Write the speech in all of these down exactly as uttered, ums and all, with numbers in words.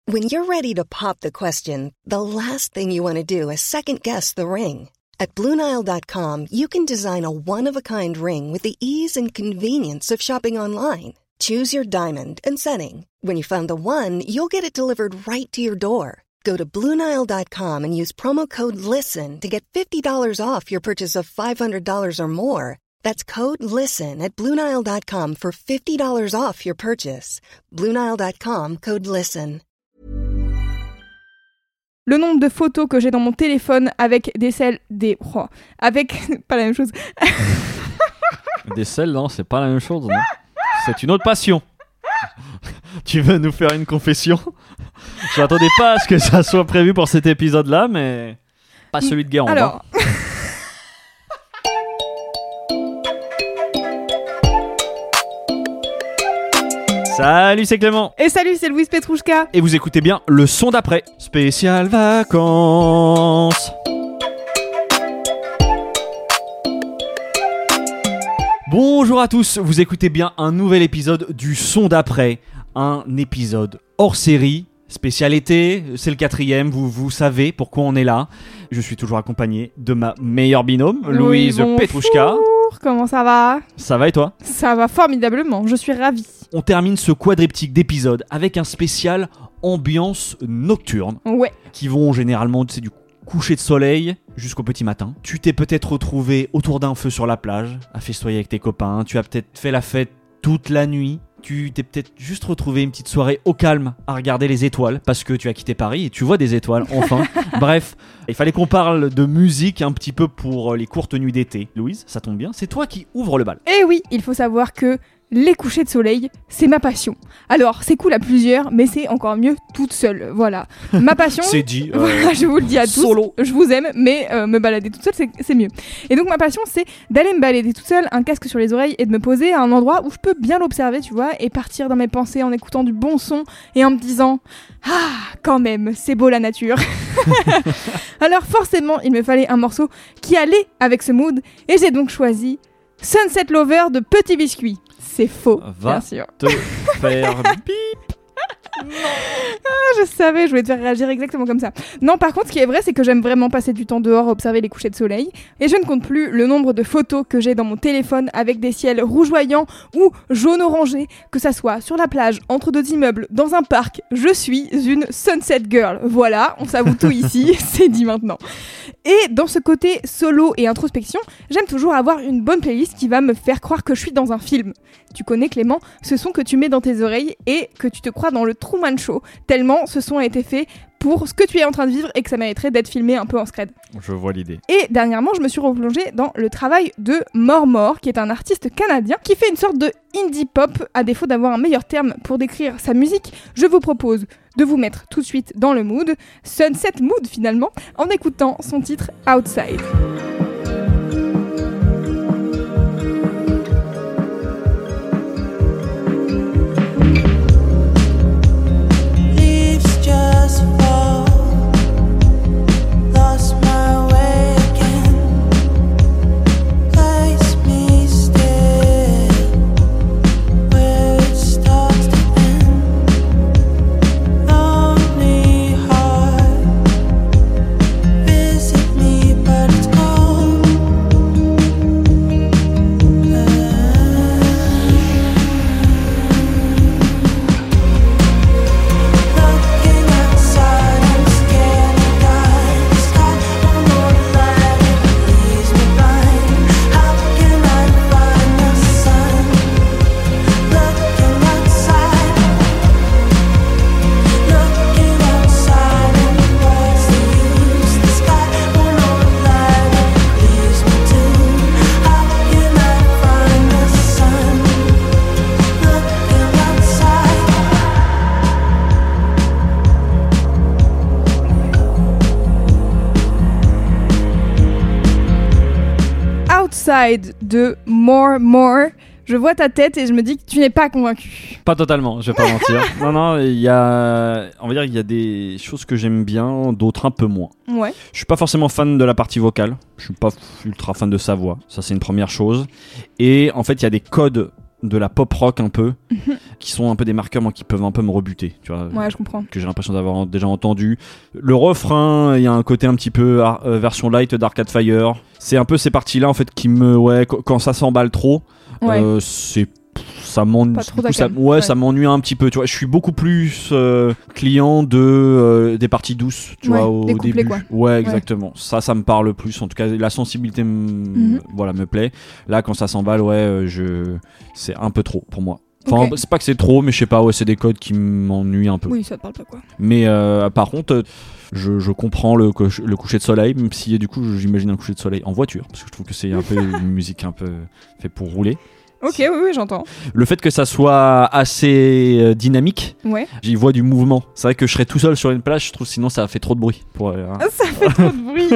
When you're ready to pop the question, the last thing you want to do is second-guess the ring. At Blue Nile dot com, you can design a one-of-a-kind ring with the ease and convenience of shopping online. Choose your diamond and setting. When you find the one, you'll get it delivered right to your door. Go to Blue Nile dot com and use promo code LISTEN to get fifty dollars off your purchase of five hundred dollars or more. That's code LISTEN at Blue Nile dot com for fifty dollars off your purchase. Blue Nile dot com, code LISTEN. Le nombre de photos que j'ai dans mon téléphone avec des selles, des... Oh, avec... pas la même chose. Des selles, non, c'est pas la même chose. Non. C'est une autre passion. Tu veux nous faire une confession ? Je m'attendais pas à ce que ça soit prévu pour cet épisode-là, mais pas celui de Guérande. Alors... Salut, c'est Clément. Et salut, c'est Louise Petrouchka. Et vous écoutez bien le son d'après. Spécial vacances. Bonjour à tous, vous écoutez bien un nouvel épisode du son d'après. Un épisode hors série, spécial été, c'est le quatrième, vous, vous savez pourquoi on est là. Je suis toujours accompagné de ma meilleure binôme, oui, Louise bonjour. Petrouchka. Comment ça va ? Ça va et toi ? Ça va formidablement, je suis ravie. On termine ce quadriptyque d'épisodes avec un spécial ambiance nocturne. Ouais. Qui vont généralement, c'est du coucher de soleil jusqu'au petit matin. Tu t'es peut-être retrouvé autour d'un feu sur la plage, à festoyer avec tes copains. Tu as peut-être fait la fête toute la nuit. Tu t'es peut-être juste retrouvé une petite soirée au calme à regarder les étoiles parce que tu as quitté Paris et tu vois des étoiles, enfin. Bref, il fallait qu'on parle de musique un petit peu pour les courtes nuits d'été. Louise, ça tombe bien, c'est toi qui ouvres le bal. Eh oui, il faut savoir que les couchers de soleil, c'est ma passion. Alors, c'est cool à plusieurs, mais c'est encore mieux toute seule. Voilà. Ma passion... c'est dit. Euh... Voilà, je vous le dis à tous. Solo. Je vous aime, mais euh, me balader toute seule, c'est, c'est mieux. Et donc, ma passion, c'est d'aller me balader toute seule, un casque sur les oreilles, et de me poser à un endroit où je peux bien l'observer, tu vois, et partir dans mes pensées en écoutant du bon son et en me disant « Ah, quand même, c'est beau la nature !» Alors, forcément, il me fallait un morceau qui allait avec ce mood, et j'ai donc choisi Sunset Lover de Petit Biscuit. C'est faux, Va bien sûr. te faire bip. Ah, je savais, je voulais te faire réagir exactement comme ça. Non, par contre, ce qui est vrai, c'est que j'aime vraiment passer du temps dehors à observer les couchers de soleil. Et je ne compte plus le nombre de photos que j'ai dans mon téléphone avec des ciels rougeoyants ou jaune-orangé, que ça soit sur la plage, entre deux immeubles, dans un parc. Je suis une Sunset Girl. Voilà, on s'avoue tout ici, c'est dit maintenant. Et dans ce côté solo et introspection, j'aime toujours avoir une bonne playlist qui va me faire croire que je suis dans un film. Tu connais Clément, ce son que tu mets dans tes oreilles et que tu te crois dans le Truman Show, tellement ce son a été fait pour ce que tu es en train de vivre et que ça mériterait d'être filmé un peu en scred. Je vois l'idée. Et dernièrement, je me suis replongée dans le travail de More More, qui est un artiste canadien qui fait une sorte de indie pop. À défaut d'avoir un meilleur terme pour décrire sa musique, je vous propose de vous mettre tout de suite dans le mood, Sunset Mood finalement, en écoutant son titre Outside. Outside de More More. Je vois ta tête et je me dis que tu n'es pas convaincu. Pas totalement, je vais pas mentir. Non, non, il y a, on va dire, il y a des choses que j'aime bien, d'autres un peu moins. Ouais. Je suis pas forcément fan de la partie vocale. Je suis pas ultra fan de sa voix. Ça, c'est une première chose. Et en fait, il y a des codes de la pop rock un peu, qui sont un peu des marqueurs moi, qui peuvent un peu me rebuter, tu vois. Ouais, je comprends. Que j'ai l'impression d'avoir déjà entendu. Le refrain, il y a un côté un petit peu ar- euh, version light d'Arcade Fire. C'est un peu ces parties-là en fait qui me, ouais, qu- quand ça s'emballe trop, Ouais. euh, c'est ça m'ennuie. Pas trop Du coup, ça, ta ouais, cam. ça Ouais. m'ennuie un petit peu. Tu vois, je suis beaucoup plus euh, client de euh, des parties douces, tu Ouais, vois, au des couplets, début. quoi. Ouais, exactement. Ça, ça me parle plus. En tout cas, la sensibilité, m- Mhm. voilà, me plaît. Là, quand ça s'emballe, ouais, euh, je, c'est un peu trop pour moi. Enfin, Ok. c'est pas que c'est trop, mais je sais pas. Ouais, c'est des codes qui m'ennuient un peu. Oui, ça te parle pas quoi. Mais euh, par contre, euh, je, je comprends le, co- le coucher de soleil, même si du coup, j'imagine un coucher de soleil en voiture, parce que je trouve que c'est un peu une musique un peu fait pour rouler. Ok, oui, oui, j'entends. Le fait que ça soit assez euh, dynamique, Ouais. j'y vois du mouvement. C'est vrai que je serais tout seul sur une plage, je trouve sinon ça fait trop de bruit. Pour, euh, hein. Ah, ça fait trop de bruit.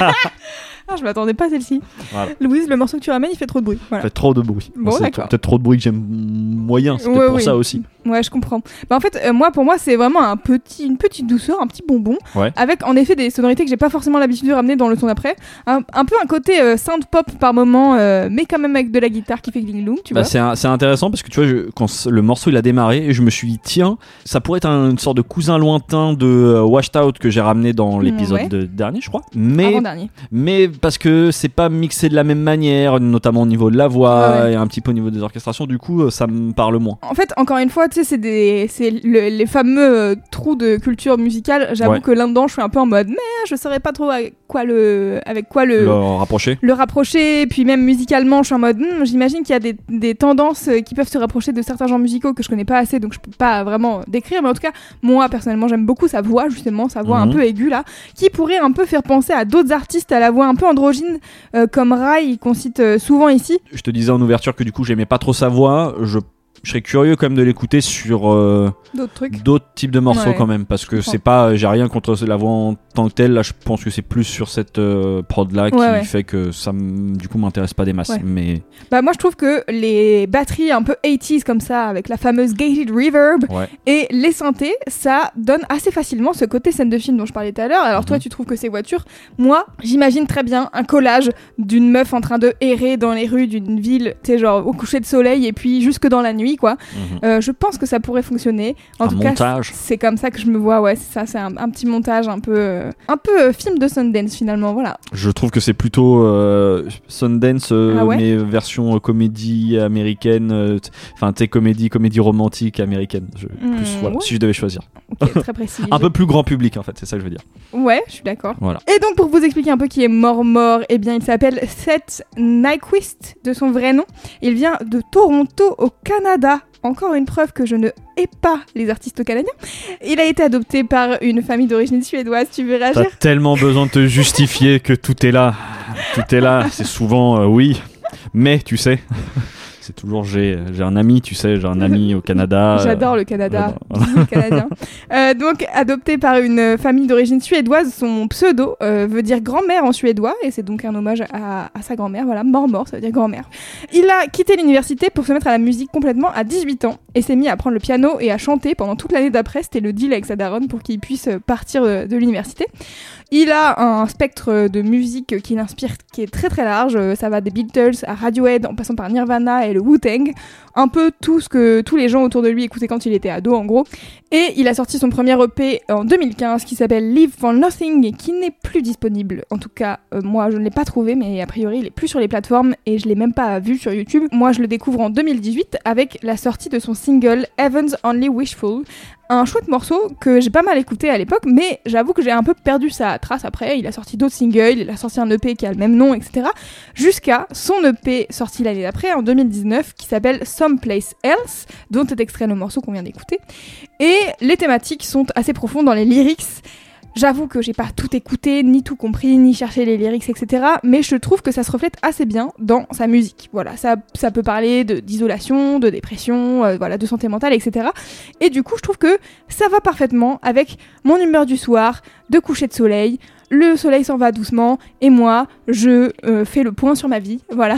Ah, je m'attendais pas à celle-ci. Voilà. Louise, le morceau que tu ramènes, il fait trop de bruit. Ça Voilà. fait trop de bruit. Bon, c'est d'accord. peut-être trop de bruit que j'aime moyen, c'est peut-être Ouais, pour oui. ça aussi. Ouais, je comprends. Bah, en fait, euh, moi, pour moi, c'est vraiment un petit, une petite douceur, un petit bonbon, Ouais. avec en effet des sonorités que j'ai pas forcément l'habitude de ramener dans le son d'après. Un, un peu un côté euh, synth pop par moment, euh, mais quand même avec de la guitare qui fait gling gloom, tu Bah, vois. c'est, un- c'est intéressant parce que tu vois, je- quand c- le morceau il a démarré, je me suis dit, tiens, ça pourrait être un- une sorte de cousin lointain de euh, Washed Out que j'ai ramené dans l'épisode Ouais. de- dernier, je crois. Mais, Avant-dernier. mais parce que c'est pas mixé de la même manière, notamment au niveau de la voix Ah ouais. et un petit peu au niveau des orchestrations, du coup, euh, ça me parle moins. En fait, encore une fois, tu sais, c'est des, c'est le- les fameux euh, trous de culture musicale. J'avoue Ouais. que là-dedans, je suis un peu en mode, mais je saurais pas trop avec quoi le, avec quoi le, Le rapprocher. le rapprocher. Et puis même musicalement, je suis en mode, hmm, j'imagine qu'il y a des, des tendances euh, qui peuvent se rapprocher de certains genres musicaux que je connais pas assez, donc je peux pas vraiment décrire. Mais en tout cas, moi personnellement, j'aime beaucoup sa voix, justement, sa voix Mhm. un peu aiguë là, qui pourrait un peu faire penser à d'autres artistes à la voix un peu androgyne, euh, comme Rai, qu'on cite euh, souvent ici. Je te disais en ouverture que du coup, j'aimais pas trop sa voix. Je, je serais curieux quand même de l'écouter sur euh, D'autres trucs. d'autres types de morceaux Ouais, quand même, parce que comprends. c'est pas, j'ai rien contre la voix en tant que telle. Là, je pense que c'est plus sur cette euh, prod là qui Ouais, ouais. fait que ça, m- du coup, m'intéresse pas des masses. Ouais. Mais Bah moi je trouve que les batteries un peu eighties comme ça avec la fameuse gated reverb ouais. et les synthés, ça donne assez facilement ce côté scène de film dont je parlais tout à l'heure. Alors toi Mhm. tu trouves que c'est voiture, moi j'imagine très bien un collage d'une meuf en train de errer dans les rues d'une ville, tu sais genre au coucher de soleil et puis jusque dans la nuit quoi. Mhm. Euh, je pense que ça pourrait fonctionner. En Un tout montage. cas c'est comme ça que je me vois, ouais c'est ça, c'est un, un petit montage un peu, euh, un peu euh, film de Sundance finalement, voilà. Je trouve que c'est plutôt euh, Sundance, euh, Ah ouais mais version euh, comédie américaine, euh, t- enfin, tu sais, comédie, comédie romantique américaine. Je, Hmm, plus, voilà, ouais. si je devais choisir. Ok, très précis. Un peu plus grand public, en fait, c'est ça que je veux dire. Ouais, je suis d'accord. Voilà. Et donc pour vous expliquer un peu qui est mort mort, eh bien il s'appelle Seth Nyquist de son vrai nom. Il vient de Toronto au Canada. Encore une preuve que je ne hais pas les artistes canadiens. Il a été adopté par une famille d'origine suédoise, tu veux T'as réagir? tellement besoin de te justifier que tout est là. Tout est là. C'est souvent euh, oui, mais tu sais. C'est toujours j'ai j'ai un ami, tu sais, j'ai un ami au Canada. J'adore euh, le Canada, voilà. bisous, le Canadien. Euh, donc, adopté par une famille d'origine suédoise, son pseudo euh, veut dire grand-mère en suédois, et c'est donc un hommage à, à sa grand-mère, voilà, mort-mort, ça veut dire grand-mère. Il a quitté l'université pour se mettre à la musique complètement à dix-huit ans, et s'est mis à prendre le piano et à chanter pendant toute l'année d'après. C'était le deal avec sa daronne pour qu'il puisse partir de, de l'université. Il a un spectre de musique qui l'inspire, qui est très très large. Ça va des Beatles à Radiohead, en passant par Nirvana et le Wu-Tang. Un peu tout ce que tous les gens autour de lui écoutaient quand il était ado, en gros. Et il a sorti son premier E P en deux mille quinze qui s'appelle Live for Nothing et qui n'est plus disponible. En tout cas, euh, moi je ne l'ai pas trouvé, mais a priori il est plus sur les plateformes et je l'ai même pas vu sur YouTube. Moi je le découvre en deux mille dix-huit avec la sortie de son single Heaven's Only Wishful. Un chouette morceau que j'ai pas mal écouté à l'époque, mais j'avoue que j'ai un peu perdu sa trace après. Il a sorti d'autres singles, il a sorti un E P qui a le même nom, et cetera. Jusqu'à son E P sorti l'année d'après, en deux mille dix-neuf, qui s'appelle Someplace Else, dont est extrait le morceau qu'on vient d'écouter. Et les thématiques sont assez profondes dans les lyrics. J'avoue que j'ai pas tout écouté, ni tout compris, ni cherché les lyrics, et cetera. Mais je trouve que ça se reflète assez bien dans sa musique. Voilà, ça, ça peut parler de, d'isolation, de dépression, euh, voilà, de santé mentale, et cetera. Et du coup, je trouve que ça va parfaitement avec mon humeur du soir, de coucher de soleil. Le soleil s'en va doucement, et moi, je euh, fais le point sur ma vie. Voilà.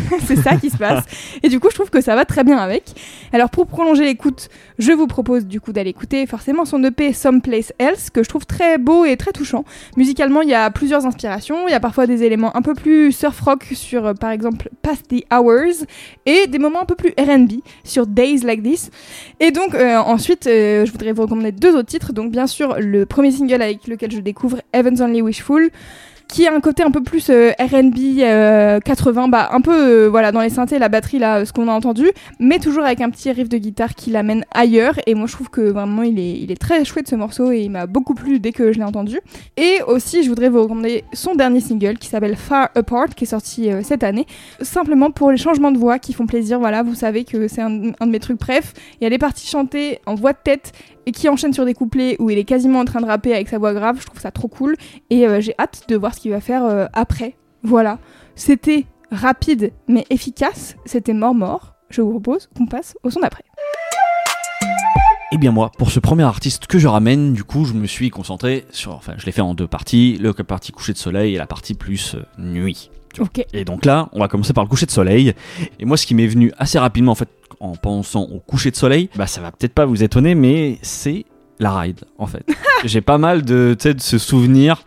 C'est ça qui se passe. Et du coup, je trouve que ça va très bien avec. Alors, pour prolonger l'écoute, je vous propose du coup d'aller écouter forcément son E P Someplace Else, que je trouve très beau et très touchant. Musicalement, il y a plusieurs inspirations. Il y a parfois des éléments un peu plus surf rock sur, euh, par exemple, Past the Hours, et des moments un peu plus R and B sur Days Like This. Et donc, euh, ensuite, euh, je voudrais vous recommander deux autres titres. Donc, bien sûr, le premier single avec lequel je découvre Heaven's Only Wishful, qui a un côté un peu plus euh, R and B euh, quatre-vingts, bah un peu euh, voilà dans les synthés, la batterie là, ce qu'on a entendu, mais toujours avec un petit riff de guitare qui l'amène ailleurs. Et moi je trouve que vraiment il est il est très chouette ce morceau et il m'a beaucoup plu dès que je l'ai entendu. Et aussi je voudrais vous recommander son dernier single qui s'appelle Far Apart, qui est sorti euh, cette année, simplement pour les changements de voix qui font plaisir. Voilà, vous savez que c'est un, un de mes trucs bref. Il y a des parties chantées en voix de tête et qui enchaîne sur des couplets où il est quasiment en train de rapper avec sa voix grave. Je trouve ça trop cool et euh, j'ai hâte de voir ce qu'il va faire euh, après. Voilà, c'était rapide mais efficace, c'était mort mort. Je vous propose qu'on passe au son d'après. Et bien moi, pour ce premier artiste que je ramène, du coup, je me suis concentré sur, enfin, je l'ai fait en deux parties, la partie coucher de soleil et la partie plus euh, nuit. Ok. Et donc là, on va commencer par le coucher de soleil. Et moi, ce qui m'est venu assez rapidement, en fait, en pensant au coucher de soleil, bah ça va peut-être pas vous étonner, mais c'est la ride, en fait. J'ai pas mal de, tu sais, de ce souvenir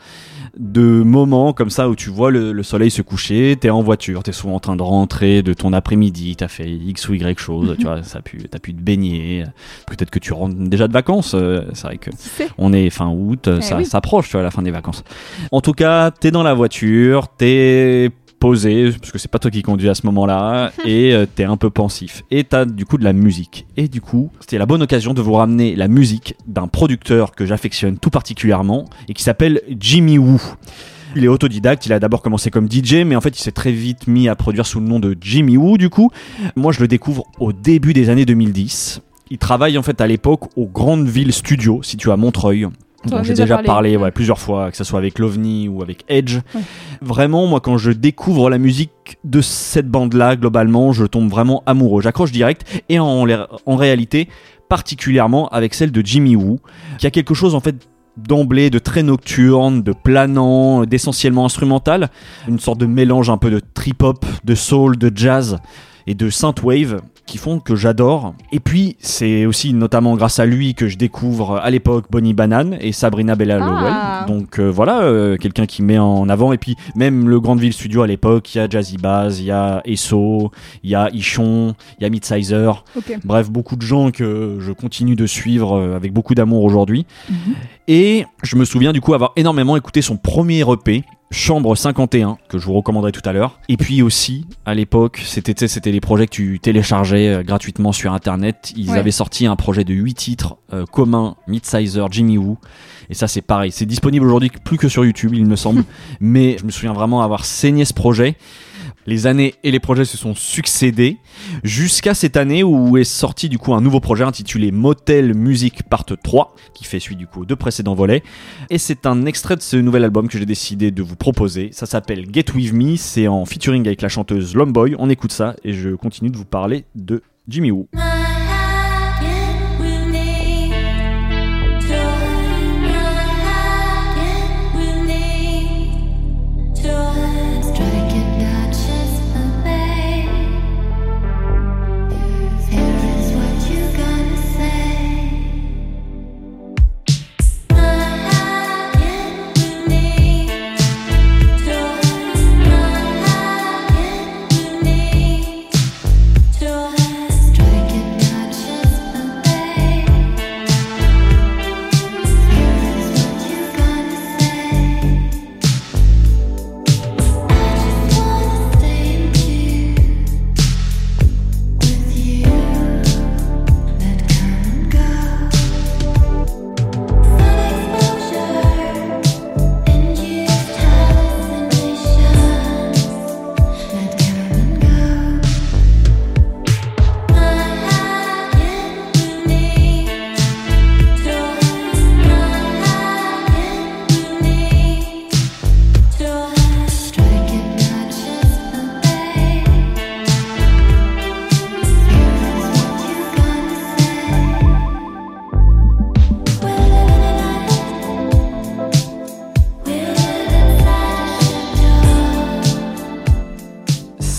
de moments comme ça où tu vois le, le soleil se coucher, t'es en voiture, t'es souvent en train de rentrer de ton après-midi, t'as fait X ou Y chose, tu vois, ça a pu, t'as pu te baigner, peut-être que tu rentres déjà de vacances, euh, c'est vrai que on est fin août, eh ça oui. s'approche, tu vois, la fin des vacances. En tout cas, t'es dans la voiture, t'es posé, parce que c'est pas toi qui conduis à ce moment-là, et euh, t'es un peu pensif. Et t'as du coup de la musique. Et du coup, c'était la bonne occasion de vous ramener la musique d'un producteur que j'affectionne tout particulièrement, et qui s'appelle Jimmy Woo. Il est autodidacte, il a d'abord commencé comme D J, mais en fait il s'est très vite mis à produire sous le nom de Jimmy Woo, du coup. Moi je le découvre au début des années deux mille dix. Il travaille en fait à l'époque au Grandville Studio, situé à Montreuil. Donc, j'ai déjà parlé, parlé ouais, plusieurs fois, que ce soit avec l'OVNI ou avec Edge. Ouais. Vraiment, moi, quand je découvre la musique de cette bande-là, globalement, je tombe vraiment amoureux. J'accroche direct, et en, en réalité, particulièrement avec celle de Jimmy Woo, qui a quelque chose, en fait, d'emblée, de très nocturne, de planant, d'essentiellement instrumental. Une sorte de mélange un peu de trip-hop, de soul, de jazz et de synthwave, qui font que j'adore. Et puis c'est aussi notamment grâce à lui que je découvre à l'époque Bonnie Banane et Sabrina Bella Lowell. Ah. Donc euh, voilà, euh, quelqu'un qui met en avant. Et puis même le Grandville Studio à l'époque, il y a Jazzy Bass, il y a Esso, il y a Ichon, il y a Midsizer. Okay. Bref, beaucoup de gens que je continue de suivre avec beaucoup d'amour aujourd'hui. Mm-hmm. Et je me souviens du coup avoir énormément écouté son premier E P, Chambre cinquante et un, que je vous recommanderai tout à l'heure. Et puis aussi, à l'époque, c'était, c'était les projets que tu téléchargeais euh, gratuitement sur internet. Ils ouais. avaient sorti un projet de huit titres euh, communs, Midsizer, Jimmy Woo. Et ça, c'est pareil. C'est disponible aujourd'hui plus que sur YouTube, il me semble. Mais je me souviens vraiment avoir saigné ce projet. Les années et les projets se sont succédés jusqu'à cette année où est sorti du coup un nouveau projet intitulé Motel Music Part trois, qui fait suite du coup aux deux précédents volets. Et c'est un extrait de ce nouvel album que j'ai décidé de vous proposer. Ça s'appelle Get With Me, c'est en featuring avec la chanteuse Lomboy. On écoute ça et je continue de vous parler de Jimmy Woo. Strike it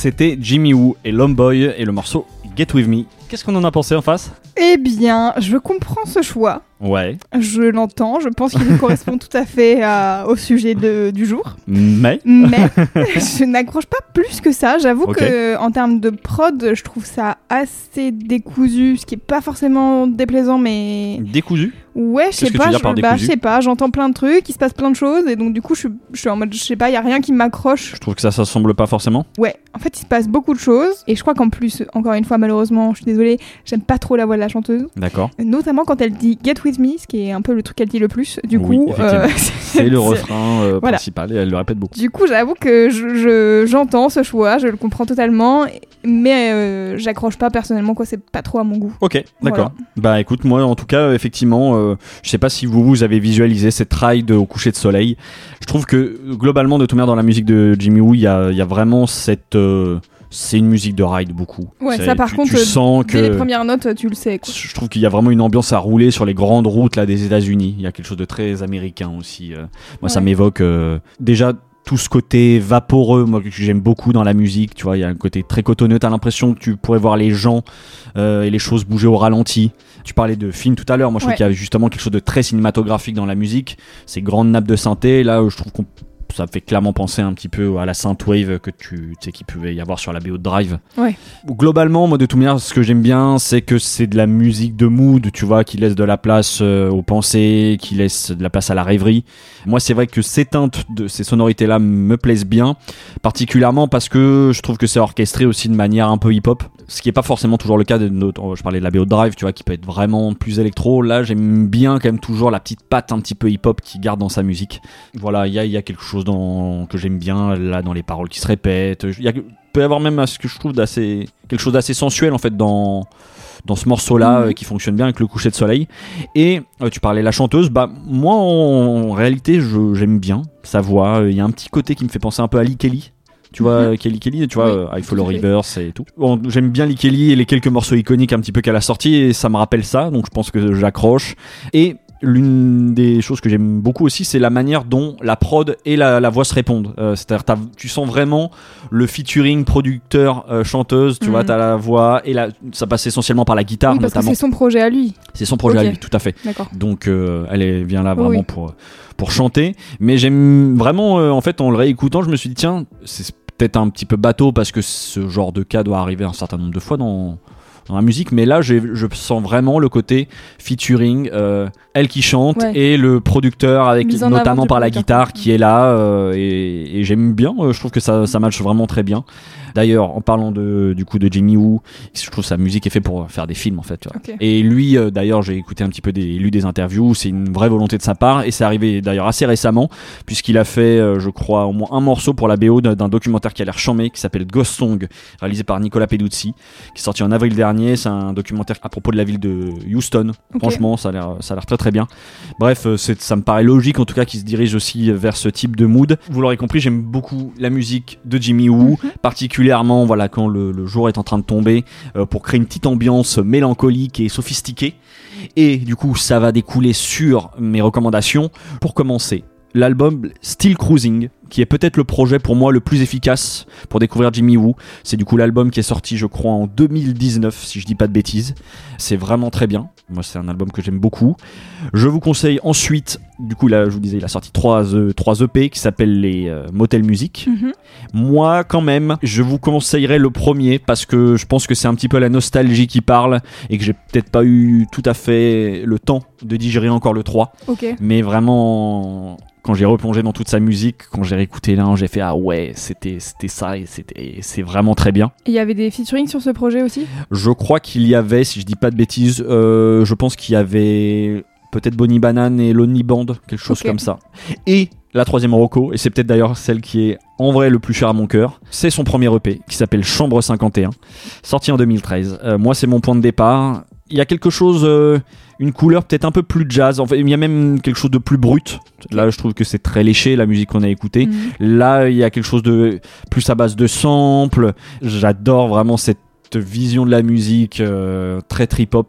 c'était Jimmy Woo et Lomboy et le morceau Get With Me. Qu'est-ce qu'on en a pensé en face ? Eh bien, je comprends ce choix. Ouais. Je l'entends, je pense qu'il correspond tout à fait à, au sujet de, du jour. Mais Mais je n'accroche pas plus que ça. J'avoue Ok. que en termes de prod, je trouve ça assez décousu, ce qui est pas forcément déplaisant, mais Décousu. ouais, je Qu'est-ce sais que pas. tu veux dire Je, par bah, je décousu sais pas. J'entends plein de trucs, il se passe plein de choses, et donc du coup, je, suis- je suis en mode, je sais pas, il y a rien qui m'accroche. Je trouve que ça, ça semble pas forcément. Ouais, en fait, il se passe beaucoup de choses, et je crois qu'en plus, encore une fois, malheureusement, je suis désolée, j'aime pas trop la voix de la chanteuse, D'accord. notamment quand elle dit Get With Me, ce qui est un peu le truc qu'elle dit le plus. Du Oui, coup, effectivement. C'est le refrain euh, Voilà. principal et elle le répète beaucoup. Du coup, j'avoue que je, je- j'entends ce choix, je le comprends totalement, mais euh, j'accroche pas personnellement, quoi, c'est pas trop à mon goût. Ok, d'accord. Bah écoute, moi en tout cas, effectivement, euh, je sais pas si vous, vous avez visualisé cette ride au coucher de soleil. Je trouve que globalement, de toute manière, dans la musique de Jimmy Woo, il y a, il y a vraiment cette... euh, c'est une musique de ride beaucoup. Ouais, C'est- ça par tu, contre, tu sens que... Dès les premières notes, tu le sais, quoi. Je trouve qu'il y a vraiment une ambiance à rouler sur les grandes routes là des États-Unis. Il y a quelque chose de très américain aussi. euh. Moi, ça Ouais. m'évoque euh, déjà tout ce côté vaporeux, moi que j'aime beaucoup dans la musique. Tu vois, il y a un côté très cotonneux. T'as l'impression que tu pourrais voir les gens euh, et les choses bouger au ralenti. Tu parlais de films tout à l'heure. Moi, je Ouais. trouve qu'il y a justement quelque chose de très cinématographique dans la musique. Ces grandes nappes de synthé. Là, je trouve qu'on ça fait clairement penser un petit peu à la synthwave que tu, tu sais qu'il pouvait y avoir sur la B O de Drive. Ouais. Globalement, moi de toute manière, ce que j'aime bien, c'est que c'est de la musique de mood, tu vois, qui laisse de la place euh, aux pensées, qui laisse de la place à la rêverie. Moi, c'est vrai que ces teintes de ces sonorités-là me plaisent bien, particulièrement parce que je trouve que c'est orchestré aussi de manière un peu hip-hop, ce qui est pas forcément toujours le cas de notre, je parlais de la B O de Drive, tu vois, qui peut être vraiment plus électro. Là, j'aime bien quand même toujours la petite patte un petit peu hip-hop qu'il garde dans sa musique. Voilà, il y a, il y a quelque chose dans, que j'aime bien là dans les paroles qui se répètent. Il y a, peut y avoir même ce que je trouve d'assez quelque chose d'assez sensuel en fait dans dans ce morceau là Mhm. euh, qui fonctionne bien avec le coucher de soleil. Et euh, tu parlais de la chanteuse, bah moi en, en réalité je, j'aime bien sa voix. Il y a un petit côté qui me fait penser un peu à Lee Kelly. Tu vois, Mhm. Kelly Kelly, tu vois, Oui, euh, I Follow tout à fait. Rivers et tout. Bon, j'aime bien Lee Kelly et les quelques morceaux iconiques un petit peu qu'elle a sortis et ça me rappelle ça, donc je pense que j'accroche. Et l'une des choses que j'aime beaucoup aussi, c'est la manière dont la prod et la, la voix se répondent. Euh, c'est-à-dire, t'as- tu sens vraiment le featuring producteur-chanteuse, tu Mhm. vois, t'as la voix et la, ça passe essentiellement par la guitare Oui, parce notamment. que c'est son projet à lui. C'est son projet Ok. à lui, tout à fait. D'accord. Donc euh, elle est, vient là vraiment Oui. pour, pour chanter. Mais j'aime vraiment, euh, en fait, en le réécoutant, je me suis dit, tiens, c'est peut-être un petit peu bateau parce que ce genre de cas doit arriver un certain nombre de fois dans, dans la musique. Mais là, j'ai, je sens vraiment le côté featuring, euh, elle qui chante Ouais. et le producteur, avec Mise en avant notamment du par la producteur. guitare qui est là. euh, et, et j'aime bien, euh, je trouve que ça, ça matche vraiment très bien. D'ailleurs, en parlant de, du coup de Jimmy Woo, je trouve que sa musique est faite pour faire des films en fait. Tu vois. Ok. Et lui, euh, d'ailleurs, j'ai écouté un petit peu des, lu des interviews, c'est une vraie volonté de sa part et c'est arrivé d'ailleurs assez récemment puisqu'il a fait, euh, je crois, au moins un morceau pour la B O d'un, d'un documentaire qui a l'air charmé qui s'appelle Ghost Song, réalisé par Nicolas Peduzzi, qui est sorti en avril dernier. C'est un documentaire à propos de la ville de Houston. Ok. Franchement, ça a l'air, ça a l'air très très bien. Bref, euh, c'est, ça me paraît logique en tout cas qu'il se dirige aussi vers ce type de mood. Vous l'aurez compris, j'aime beaucoup la musique de Jimmy Woo, Mhm. particulièrement voilà quand le, le jour est en train de tomber, euh, pour créer une petite ambiance mélancolique et sophistiquée. Et du coup, ça va découler sur mes recommandations. Pour commencer, l'album Still Cruising, qui est peut-être le projet pour moi le plus efficace pour découvrir Jimmy Woo. C'est du coup l'album qui est sorti, je crois, en deux mille dix-neuf, si je dis pas de bêtises. C'est vraiment très bien. Moi, c'est un album que j'aime beaucoup. Je vous conseille ensuite, du coup, là, je vous disais, il a sorti trois E P qui s'appellent les euh, Motel Music. Mhm. Moi, quand même, je vous conseillerais le premier parce que je pense que c'est un petit peu la nostalgie qui parle et que j'ai peut-être pas eu tout à fait le temps de digérer encore le trois. Ok. Mais vraiment, quand j'ai replongé dans toute sa musique, quand j'ai réécouté l'un, j'ai fait ah ouais, c'était, c'était ça et c'était, c'est vraiment très bien. Et il y avait des featuring sur ce projet aussi. Je crois qu'il y avait, si je dis pas de bêtises, euh, je pense qu'il y avait peut-être Bonnie Banane et Lonely Band, quelque chose Ok. comme ça. Et la troisième Rocco, et c'est peut-être d'ailleurs celle qui est en vrai le plus cher à mon cœur, c'est son premier E P qui s'appelle Chambre cinquante et un, sorti en deux mille treize. Euh, moi, c'est mon point de départ. Il y a quelque chose, euh, une couleur peut-être un peu plus jazz. En fait, il y a même quelque chose de plus brut. Là, je trouve que c'est très léché la musique qu'on a écoutée. Mhm. Là, il y a quelque chose de plus à base de samples. J'adore vraiment cette vision de la musique euh, très trip-hop.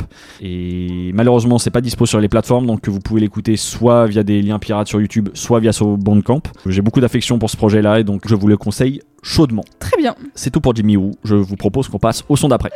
Et malheureusement, c'est pas dispo sur les plateformes, donc vous pouvez l'écouter soit via des liens pirates sur YouTube, soit via son Bandcamp. J'ai beaucoup d'affection pour ce projet-là et donc je vous le conseille chaudement. Très bien. C'est tout pour Jimmy Woo. Je vous propose qu'on passe au son d'après.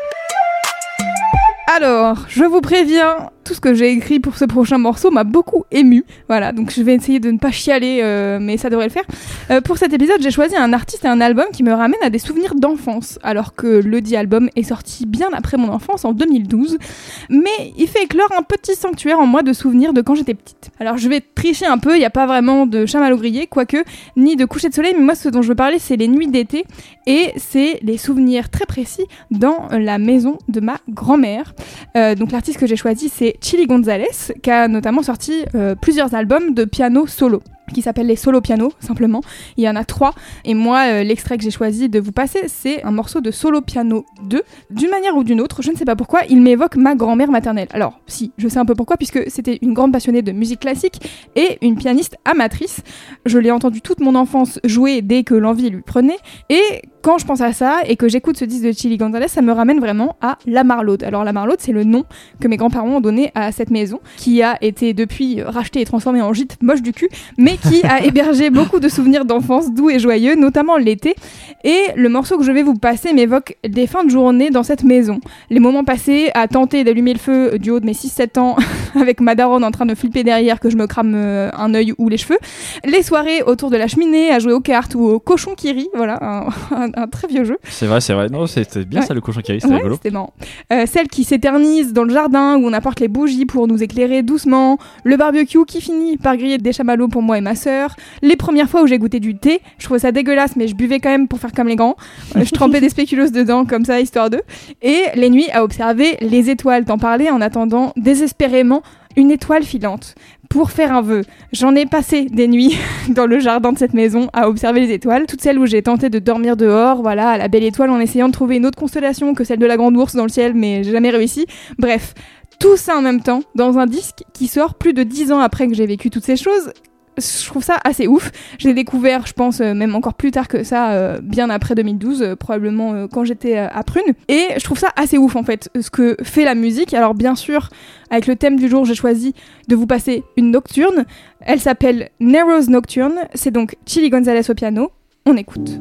Alors, je vous préviens, tout ce que j'ai écrit pour ce prochain morceau m'a beaucoup ému. Voilà, donc je vais essayer de ne pas chialer, euh, mais ça devrait le faire. Euh, pour cet épisode, j'ai choisi un artiste et un album qui me ramènent à des souvenirs d'enfance, alors que le dit album est sorti bien après mon enfance, en deux mille douze. Mais il fait éclore un petit sanctuaire en moi de souvenirs de quand j'étais petite. Alors je vais tricher un peu, il n'y a pas vraiment de chamallow grillé, quoique, ni de coucher de soleil, mais moi ce dont je veux parler, c'est les nuits d'été, et c'est les souvenirs très précis dans la maison de ma grand-mère. Euh, donc l'artiste que j'ai choisi, c'est Chilly González, qui a notamment sorti euh, plusieurs albums de piano solo, qui s'appellent les solo piano, simplement. Il y en a trois, et moi, euh, l'extrait que j'ai choisi de vous passer, c'est un morceau de solo piano deux. D'une manière ou d'une autre, je ne sais pas pourquoi, il m'évoque ma grand-mère maternelle. Alors, si, je sais un peu pourquoi, puisque c'était une grande passionnée de musique classique et une pianiste amatrice. Je l'ai entendu toute mon enfance jouer dès que l'envie lui prenait, et quand je pense à ça, et que j'écoute ce disque de Chilly González, ça me ramène vraiment à La Marlaude. Alors La Marlaude, c'est le nom que mes grands-parents ont donné à cette maison, qui a été depuis rachetée et transformée en gîte moche du cul, mais qui a hébergé beaucoup de souvenirs d'enfance doux et joyeux, notamment l'été. Et le morceau que je vais vous passer m'évoque des fins de journée dans cette maison. Les moments passés à tenter d'allumer le feu du haut de mes six sept ans, avec ma daronne en train de flipper derrière que je me crame euh, un œil ou les cheveux. Les soirées autour de la cheminée à jouer aux cartes ou au cochon qui rit, voilà, un, un, un très vieux jeu. C'est vrai, c'est vrai. Non, c'était bien ouais. ça, le cochon qui rit, c'était ouais, rigolo. C'était marrant. Euh, celle qui s'éternise dans le jardin où on apporte les bougies pour nous éclairer doucement. Le barbecue qui finit par griller des chamallows pour moi et ma sœur. Les premières fois où j'ai goûté du thé, je trouvais ça dégueulasse, mais je buvais quand même pour faire comme les grands. Euh, je trempais des spéculoos dedans, comme ça, histoire d'eux. Et les nuits à observer les étoiles, t'en parlais, en attendant désespérément une étoile filante. Pour faire un vœu, j'en ai passé des nuits dans le jardin de cette maison à observer les étoiles, toutes celles où j'ai tenté de dormir dehors, voilà, à la belle étoile, en essayant de trouver une autre constellation que celle de la grande ours dans le ciel, mais j'ai jamais réussi. Bref, tout ça en même temps, dans un disque qui sort plus de dix ans après que j'ai vécu toutes ces choses. Je trouve ça assez ouf. Je l'ai découvert, je pense, euh, même encore plus tard que ça, euh, bien après deux mille douze, euh, probablement euh, quand j'étais euh, à Prune. Et je trouve ça assez ouf, en fait, ce que fait la musique. Alors, bien sûr, avec le thème du jour, j'ai choisi de vous passer une nocturne. Elle s'appelle Nero's Nocturne. C'est donc Chilly González au piano. On écoute.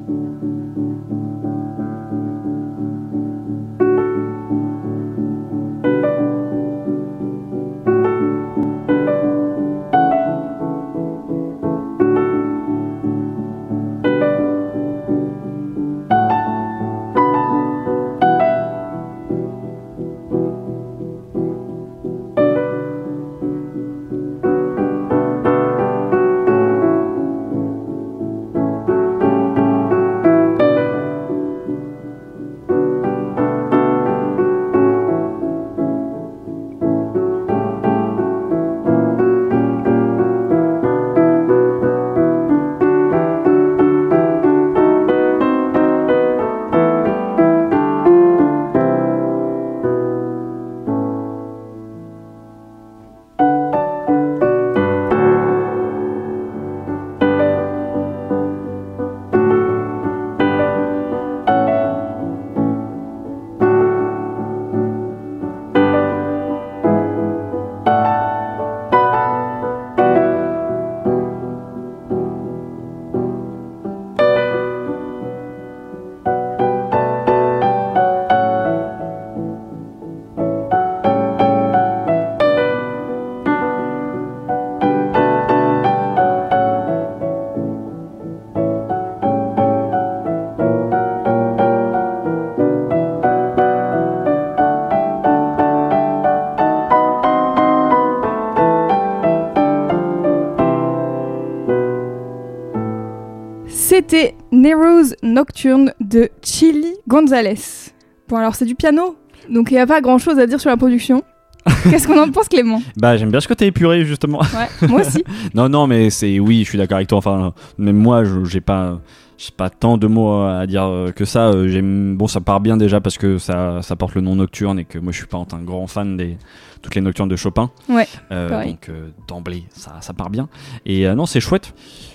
C'était Nero's Nocturne de Chilly González. Bon, alors c'est du piano, donc il n'y a pas grand chose à dire sur la production. Qu'est-ce qu'on en pense, Clément ? Bah, j'aime bien ce côté épuré, justement. Ouais, moi aussi. non, non, mais c'est oui, je suis d'accord avec toi. Enfin, même moi, je, j'ai pas, j'ai pas tant de mots à dire que ça. J'aime, bon, ça part bien déjà parce que ça, ça porte le nom nocturne et que moi, je suis pas un grand fan des toutes les nocturnes de Chopin. Ouais. Euh, donc euh, d'emblée, ça, ça part bien. Et euh, non, c'est chouette.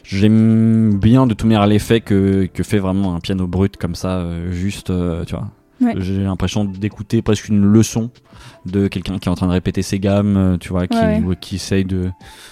J'aime bien de tout manière l'effet que que fait vraiment un piano brut comme ça, euh, juste, euh, tu vois. Ouais. J'ai l'impression d'écouter presque une leçon de quelqu'un qui est en train de répéter ses gammes, tu vois, qui, ouais. ou, qui essaye de,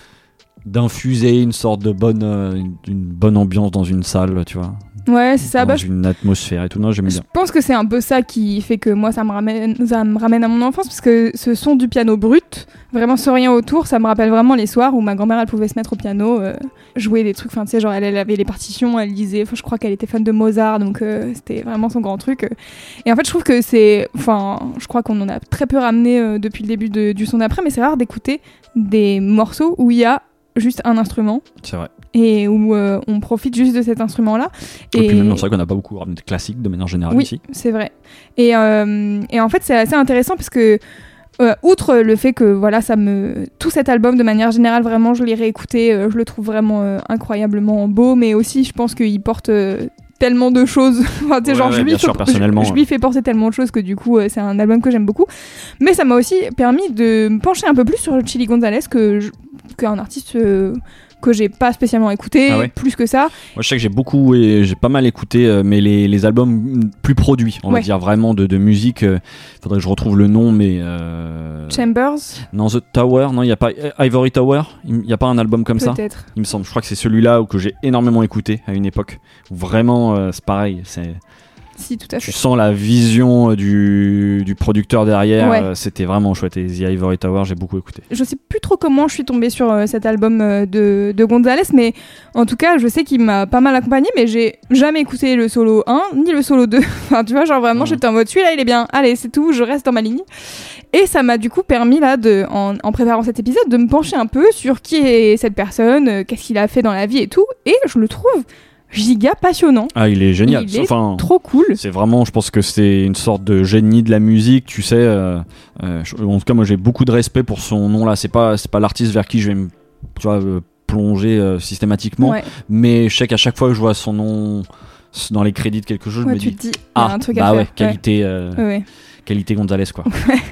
d'infuser une sorte de bonne, euh, une, une bonne ambiance dans une salle, tu vois. Ouais, c'est ça. Dans Bah, une atmosphère et tout. Non, j'aime je bien. pense que c'est un peu ça qui fait que moi ça me ramène, ça me ramène à mon enfance, parce que ce son du piano brut, vraiment sans rien autour, ça me rappelle vraiment les soirs où ma grand-mère elle pouvait se mettre au piano, euh, jouer des trucs, enfin tu sais, genre elle, elle avait les partitions, elle lisait, je crois qu'elle était fan de Mozart, donc euh, c'était vraiment son grand truc. Et en fait je trouve que c'est, enfin je crois qu'on en a très peu ramené euh, depuis le début de, du son d'après, mais c'est rare d'écouter des morceaux où il y a juste un instrument. C'est vrai. Et où euh, on profite juste de cet instrument-là. Et, et puis même, c'est vrai qu'on n'a pas beaucoup ramené de classiques de manière générale oui, ici. c'est vrai. Et, euh, et en fait, c'est assez intéressant parce que, euh, outre le fait que voilà, ça me... tout cet album, de manière générale, vraiment, je l'ai réécouté, euh, je le trouve vraiment euh, incroyablement beau, mais aussi, je pense qu'il porte... Euh, tellement de choses, enfin, ouais, genre ouais, je, lui bien fais, sûr, personnellement, je, je lui fais penser tellement de choses que du coup euh, c'est un album que j'aime beaucoup, mais ça m'a aussi permis de me pencher un peu plus sur Chilly González, que je, qu'un artiste euh, que j'ai pas spécialement écouté, ah ouais. plus que ça. Moi je sais que j'ai beaucoup et j'ai pas mal écouté, euh, mais les, les albums plus produits, on ouais. va dire vraiment de, de musique. Euh, faudrait que je retrouve le nom, mais euh... Chambers. Non, The Tower, non, il y a pas Ivory Tower, il y a pas un album comme Peut-être. ça. Peut-être. Il me semble. Je crois que c'est celui-là que j'ai énormément écouté à une époque. Où vraiment, euh, c'est pareil. C'est. Si, tout à fait. Tu sens la vision du, du producteur derrière, ouais. euh, c'était vraiment chouette. Et The Ivory Tower, j'ai beaucoup écouté. Je sais plus trop comment je suis tombée sur euh, cet album euh, de, de González, mais en tout cas, je sais qu'il m'a pas mal accompagné, mais j'ai jamais écouté le solo un, ni le solo deux. Enfin, tu vois, genre vraiment, mmh. j'étais en mode, celui-là, il est bien. Allez, c'est tout, je reste dans ma ligne. Et ça m'a du coup permis, là, de, en, en préparant cet épisode, de me pencher un peu sur qui est cette personne, euh, qu'est-ce qu'il a fait dans la vie et tout. Et je le trouve giga passionnant. Ah, il est génial. Il est enfin, trop cool. C'est vraiment, je pense que c'est une sorte de génie de la musique, tu sais. Euh, euh, je, en tout cas, moi, j'ai beaucoup de respect pour son nom là. C'est pas, c'est pas l'artiste vers qui je vais me, tu vois, euh, plonger euh, systématiquement. Ouais. Mais je sais qu'à chaque fois que je vois son nom dans les crédits de quelque chose, ouais, je me tu dis, te dis ah, un truc bah à ouais, faire. qualité, euh, ouais. qualité González quoi.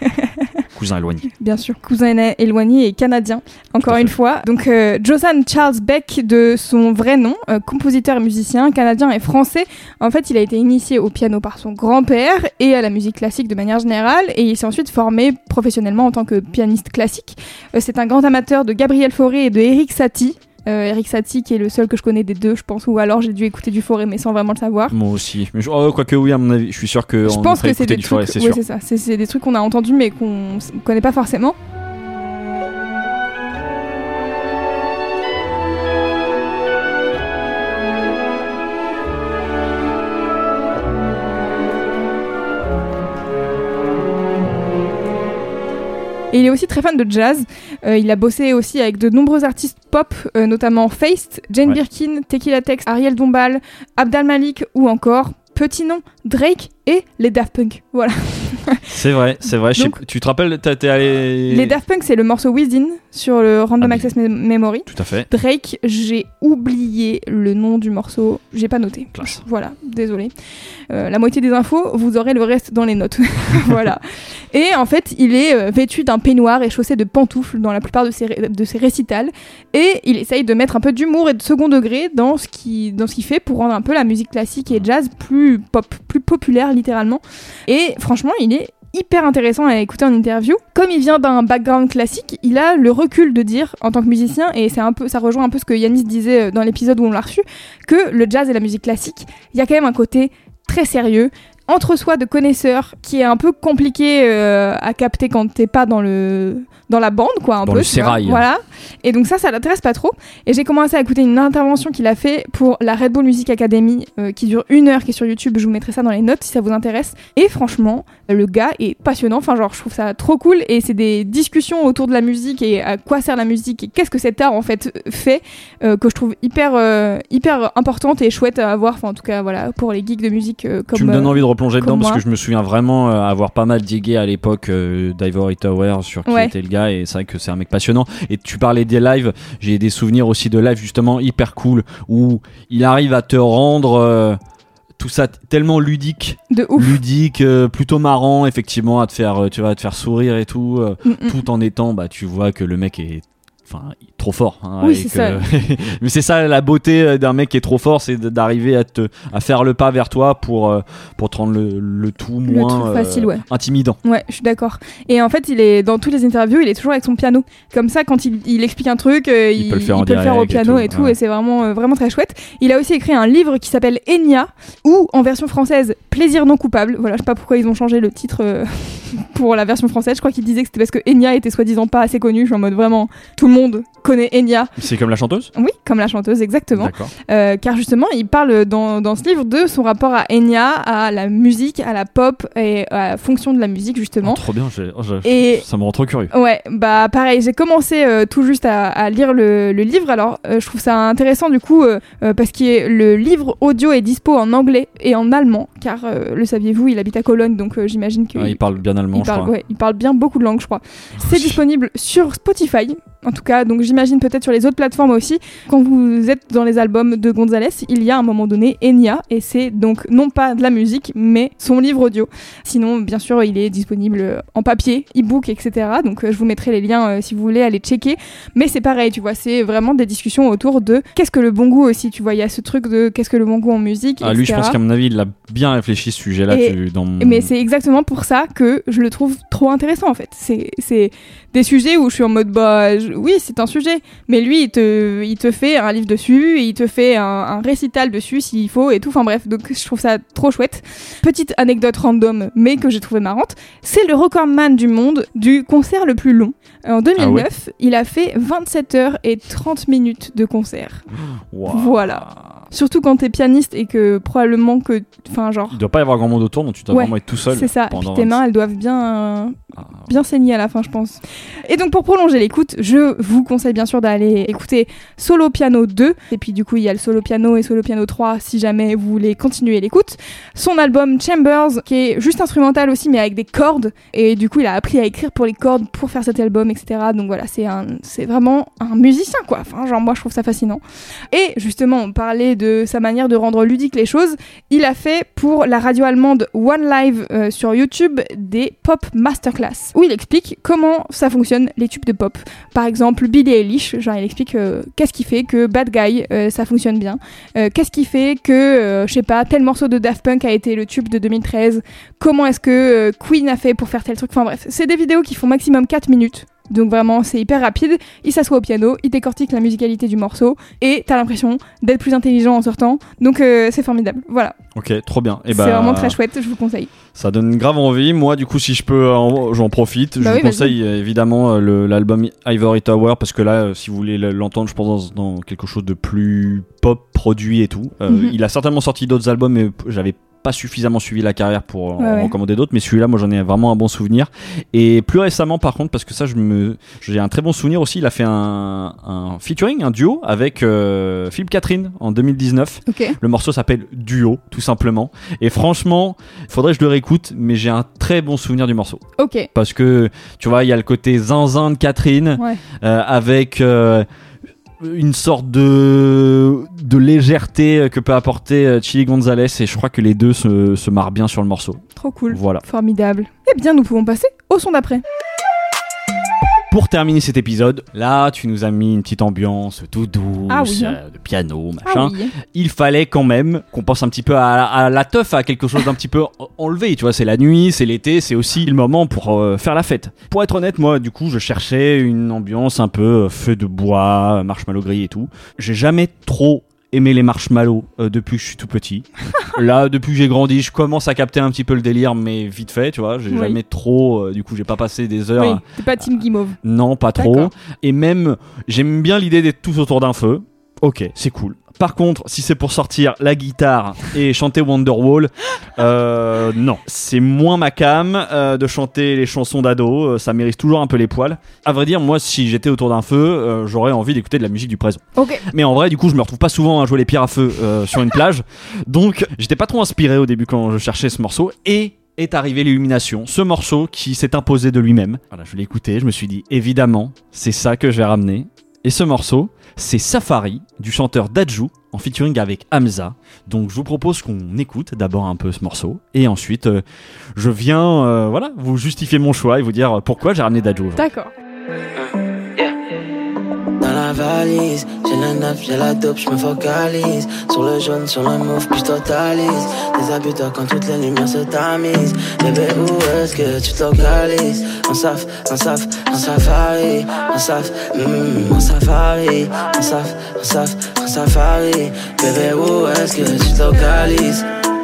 Cousin éloigné. Bien sûr, cousin éloigné et canadien, encore une fois. Donc, euh, Josan Charles Beck, de son vrai nom, euh, compositeur et musicien canadien et français. En fait, il a été initié au piano par son grand-père et à la musique classique de manière générale. Et il s'est ensuite formé professionnellement en tant que pianiste classique. Euh, c'est un grand amateur de Gabriel Fauré et de Erik Satie. Euh, Erik Satie qui est le seul que je connais des deux, je pense, ou alors j'ai dû écouter du Fauré mais sans vraiment le savoir. Moi aussi, mais je... oh, quoique oui, à mon avis, je suis sûr que je on pense que c'est des du trucs, Fauré, c'est oui, sûr. c'est ça, c'est, c'est des trucs qu'on a entendus mais qu'on ne connaît pas forcément. Et il est aussi très fan de jazz. Euh, il a bossé aussi avec de nombreux artistes pop, euh, notamment Feist, Jane ouais. Birkin, Tequila Tex, Ariel Dombal, Abdal Malik ou encore, petit nom, Drake et les Daft Punk. Voilà. C'est vrai, c'est vrai. Donc, sais, tu te rappelles, t'es allé... Les Daft Punk, c'est le morceau Within sur le Random ah, Access mais... Memory. Tout à fait. Drake, j'ai oublié le nom du morceau. J'ai pas noté. Classe. Voilà, désolé. Euh, la moitié des infos, vous aurez le reste dans les notes. Voilà. Et en fait, il est euh, vêtu d'un peignoir et chaussé de pantoufles dans la plupart de ses, ré- de ses récitals. Et il essaye de mettre un peu d'humour et de second degré dans ce qui, dans ce qu'il fait pour rendre un peu la musique classique et jazz plus pop, plus populaire littéralement. Et franchement, il est hyper intéressant à écouter en interview. Comme il vient d'un background classique, il a le recul de dire, en tant que musicien, et c'est un peu, ça rejoint un peu ce que Yanis disait dans l'épisode où on l'a reçu, que le jazz et la musique classique, il y a quand même un côté très sérieux, entre soi de connaisseurs, qui est un peu compliqué euh, à capter quand t'es pas dans le dans la bande, quoi, un dans peu. Le sérail. Voilà. Et donc ça, ça l'intéresse pas trop. Et j'ai commencé à écouter une intervention qu'il a fait pour la Red Bull Music Academy, euh, qui dure une heure, qui est sur YouTube. Je vous mettrai ça dans les notes si ça vous intéresse. Et franchement, le gars est passionnant. Enfin, genre, je trouve ça trop cool. Et c'est des discussions autour de la musique et à quoi sert la musique et qu'est-ce que cet art en fait fait, euh, que je trouve hyper euh, hyper importante et chouette à avoir. Enfin, en tout cas, voilà, pour les geeks de musique euh, comme. Tu me donnes envie de replonger dedans moi. Parce que je me souviens vraiment euh, avoir pas mal digué à l'époque euh, d'Ivory Tower sur qui ouais. était le gars, et c'est vrai que c'est un mec passionnant. Et tu parlais des lives, j'ai des souvenirs aussi de lives justement hyper cool où il arrive à te rendre euh, tout ça t- tellement ludique, de ouf. ludique, euh, plutôt marrant effectivement, à te faire, euh, tu vas te faire sourire et tout, euh, tout en étant, bah tu vois que le mec est enfin, trop fort. Hein, oui, et c'est que... ça. Mais c'est ça la beauté d'un mec qui est trop fort, c'est d'arriver à te, à faire le pas vers toi pour euh, pour te rendre le, le tout Le moins truc facile, euh, ouais. intimidant. Ouais, je suis d'accord. Et en fait, il est dans toutes les interviews, il est toujours avec son piano. Comme ça, quand il, il explique un truc, euh, il, il peut le faire, il en peut le faire au direct piano et et tout, tout, ouais. et c'est vraiment euh, vraiment très chouette. Il a aussi écrit un livre qui s'appelle Enya, ou en version française Plaisir non coupable. Voilà, je sais pas pourquoi ils ont changé le titre euh, pour la version française. Je crois qu'ils disaient que c'était parce que Enya était soi-disant pas assez connue. Je suis en mode vraiment, tout le monde connaît Enya. C'est comme la chanteuse ? Oui, comme la chanteuse, exactement. D'accord. Euh, car justement, il parle dans, dans ce livre de son rapport à Enya, à la musique, à la pop et à la fonction de la musique, justement. Oh, trop bien, j'ai- oh, j'ai- Et- ça me rend trop curieux. Ouais, bah pareil, j'ai commencé euh, tout juste à, à lire le, le livre. Alors, euh, je trouve ça intéressant du coup, euh, euh, parce que le livre audio est dispo en anglais et en allemand, car euh, le saviez-vous, il habite à Cologne, donc euh, j'imagine qu'il Ah, il parle bien allemand, il je parle, crois. ouais, il parle bien beaucoup de langues, je crois. C'est disponible sur Spotify, en tout cas, donc j'imagine peut-être sur les autres plateformes aussi. Quand vous êtes dans les albums de Gonzalez, il y a à un moment donné Enya, et c'est donc non pas de la musique, mais son livre audio. Sinon, bien sûr, il est disponible en papier, e-book, et cetera. Donc euh, je vous mettrai les liens euh, si vous voulez aller checker. Mais c'est pareil, tu vois, c'est vraiment des discussions autour de qu'est-ce que le bon goût aussi, tu vois, il y a ce truc de qu'est-ce que le bon goût en musique, Ah, lui, je et cetera. pense qu'à mon avis, il a bien réfléchi ce sujet-là. Et- tu- dans mon- Mais c'est exactement pour ça que je le trouve trop intéressant en fait. C'est, c'est des sujets où je suis en mode bah je- oui c'est un sujet, mais lui il te, il te fait un livre dessus et il te fait un, un récital dessus s'il faut et tout. Enfin bref, donc je trouve ça trop chouette. Petite anecdote random mais que j'ai trouvé marrante, c'est le recordman du monde du concert le plus long. En deux mille neuf, il a fait vingt-sept heures et trente minutes de concert. Waouh. Voilà. Surtout quand t'es pianiste et que probablement que, enfin genre. Il doit pas y avoir grand monde autour, donc tu dois Ouais, vraiment être tout seul. C'est ça, et pendant puis tes mains vingt- elles doivent bien, euh, Ah, bien saigner à la fin je pense. Et donc pour prolonger l'écoute, je vous conseille bien sûr d'aller écouter Solo Piano deux, et puis du coup il y a le Solo Piano et Solo Piano trois si jamais vous voulez continuer l'écoute. Son album Chambers qui est juste instrumental aussi mais avec des cordes, et du coup il a appris à écrire pour les cordes pour faire cet album, et cetera. Donc voilà, c'est, un, c'est vraiment un musicien quoi, enfin genre moi je trouve ça fascinant. Et justement on parlait de sa manière de rendre ludique les choses, il a fait pour la radio allemande One Live euh, sur YouTube des pop masterclass où il explique comment ça fonctionne les tubes de pop. Par exemple Billie Eilish, genre il explique euh, qu'est-ce qui fait que Bad Guy euh, ça fonctionne bien, euh, qu'est-ce qui fait que euh, je sais pas tel morceau de Daft Punk a été le tube de deux mille treize, comment est-ce que euh, Queen a fait pour faire tel truc, enfin bref, c'est des vidéos qui font maximum quatre minutes. Donc vraiment c'est hyper rapide, il s'assoit au piano, il décortique la musicalité du morceau et t'as l'impression d'être plus intelligent en sortant, donc euh, c'est formidable, voilà. Ok, trop bien. Et C'est bah, vraiment très chouette, je vous conseille. Ça donne grave envie. Moi, du coup, si je peux, en- j'en profite. Bah je oui, vous conseille euh, évidemment euh, le- l'album Ivory Tower parce que là, euh, si vous voulez l'entendre, je pense dans, dans quelque chose de plus pop, produit et tout. Euh, Mhm. Il a certainement sorti d'autres albums, mais j'avais pas suffisamment suivi la carrière pour en Ouais, ouais. recommander d'autres, mais celui-là, moi, j'en ai vraiment un bon souvenir. Et plus récemment, par contre, parce que ça, je me, j'ai un très bon souvenir aussi. Il a fait un, un featuring, un duo avec euh, Philippe Catherine en deux mille dix-neuf. Ok. Le morceau s'appelle Duo, tout simplement. Et franchement, faudrait que je le réécoute, mais j'ai un très bon souvenir du morceau. Ok. Parce que, tu vois, il y a le côté zinzin de Catherine, Ouais. euh, avec euh, une sorte de, de légèreté que peut apporter euh, Chili Gonzalez. Et je crois que les deux se, se marrent bien sur le morceau. Trop cool. Voilà. Formidable. Eh bien, nous pouvons passer au son d'après. Pour terminer cet épisode, là, tu nous as mis une petite ambiance tout douce, Ah oui, hein. euh, de piano, Ah machin. oui. Il fallait quand même qu'on pense un petit peu à, à la teuf, à quelque chose d'un petit peu enlevé. Tu vois, c'est la nuit, c'est l'été, c'est aussi le moment pour euh, faire la fête. Pour être honnête, moi, du coup, je cherchais une ambiance un peu euh, feu de bois, marshmallow gris et tout. J'ai jamais trop aimé les marshmallows euh, depuis que je suis tout petit. Là, depuis que j'ai grandi, je commence à capter un petit peu le délire, mais vite fait, tu vois. J'ai Oui. jamais trop, euh, du coup, j'ai pas passé des heures. Oui, à- t'es pas Team Guimauve. Non, pas trop. D'accord. Et même, j'aime bien l'idée d'être tous autour d'un feu. Ok, c'est cool. Par contre, si c'est pour sortir la guitare et chanter Wonderwall, euh, non. C'est moins ma came euh, de chanter les chansons d'ado. euh, ça mérite toujours un peu les poils. À vrai dire, moi, si j'étais autour d'un feu, euh, j'aurais envie d'écouter de la musique du présent. Ok. Mais en vrai, du coup, je me retrouve pas souvent à jouer les pierres à feu euh, sur une plage. Donc, j'étais pas trop inspiré au début quand je cherchais ce morceau. Et est arrivé l'illumination, ce morceau qui s'est imposé de lui-même. Voilà, je l'ai écouté, je me suis dit, évidemment, c'est ça que je vais ramener. Et ce morceau, c'est Safari du chanteur Dadju en featuring avec Hamza. Donc je vous propose qu'on écoute d'abord un peu ce morceau et ensuite euh, je viens euh, voilà, vous justifier mon choix et vous dire pourquoi j'ai ramené Dadju aujourd'hui. D'accord. Yeah. la valise. J'ai la neuf, j'ai la dope, j'me focalise. Sur le jaune, sur le mauve, puis j'totalise. Des abuteurs quand toutes les lumières se tamisent. Bébé, où est-ce que tu te localises? En saf, en saf, en safari. En saf, mm, en safari. En saf, en saf, en safari. Bébé, où est-ce que tu te localises?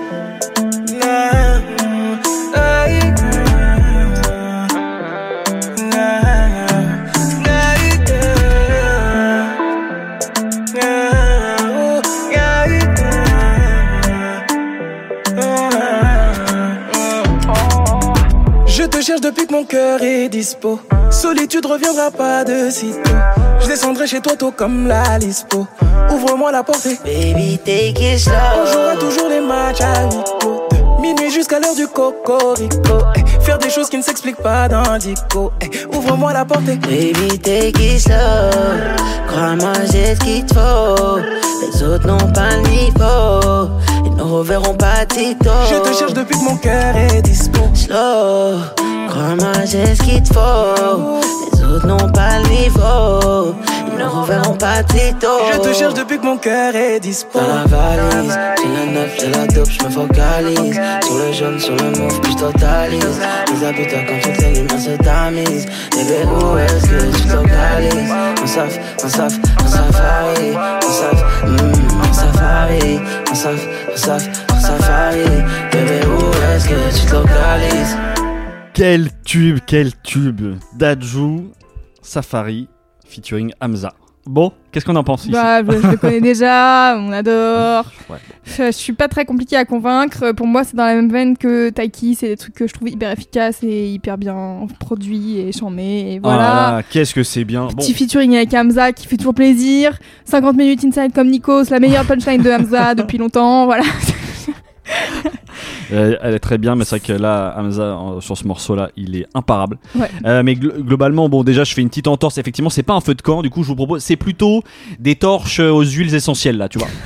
Cherche depuis que mon cœur est dispo. Solitude reviendra pas de sitôt. Je descendrai chez toi tôt comme la Lispo. Ouvre-moi la porte et baby take it slow. On jouera toujours les matchs à huis clos. De minuit jusqu'à l'heure du cocorico. Hey, faire des choses qui ne s'expliquent pas dans Dico. Hey, ouvre-moi la porte et baby take it slow. Crois-moi j'ai ce qu'il te faut. Les autres n'ont pas le niveau. Ils ne reverront pas Tito. Je te cherche depuis que mon cœur est dispo. Slow. Crois-moi j'ai ce qu'il te faut. Les autres n'ont pas le niveau. Ils ne reverront pas Tito. Je te cherche depuis que mon cœur est dispo. Dans la valise, j'ai la neuf, j'ai la dope, j'me focalise. Sur le jaune, sur le mauve, puis j'totalise. Les abuteurs quand toutes les lumières se tamisent. Bébé, où est-ce que tu te localises? En saf, en saf, en safari. En saf, mm, en safari. En saf, en saf, en safari. Bébé, où est-ce que tu te localises? Quel tube, quel tube. Dadju, Safari, featuring Hamza. Bon, qu'est-ce qu'on en pense ici? Bah, je, je le connais déjà, on adore. Ouais. Je, je suis pas très compliqué à convaincre. Pour moi, c'est dans la même veine que Taiki. C'est des trucs que je trouve hyper efficaces et hyper bien produits et charmés. Et voilà. Ah là, qu'est-ce que c'est bien. Petit Bon. featuring avec Hamza qui fait toujours plaisir. cinquante minutes inside comme Nikos, la meilleure punchline de Hamza depuis longtemps. Voilà. Euh, elle est très bien, mais c'est vrai que là, Hamza, en- sur ce morceau-là, il est imparable. Ouais. Euh, mais gl- globalement, bon, déjà, je fais une petite entorse. Effectivement, c'est pas un feu de camp. Du coup, je vous propose, c'est plutôt des torches aux huiles essentielles, là, tu vois.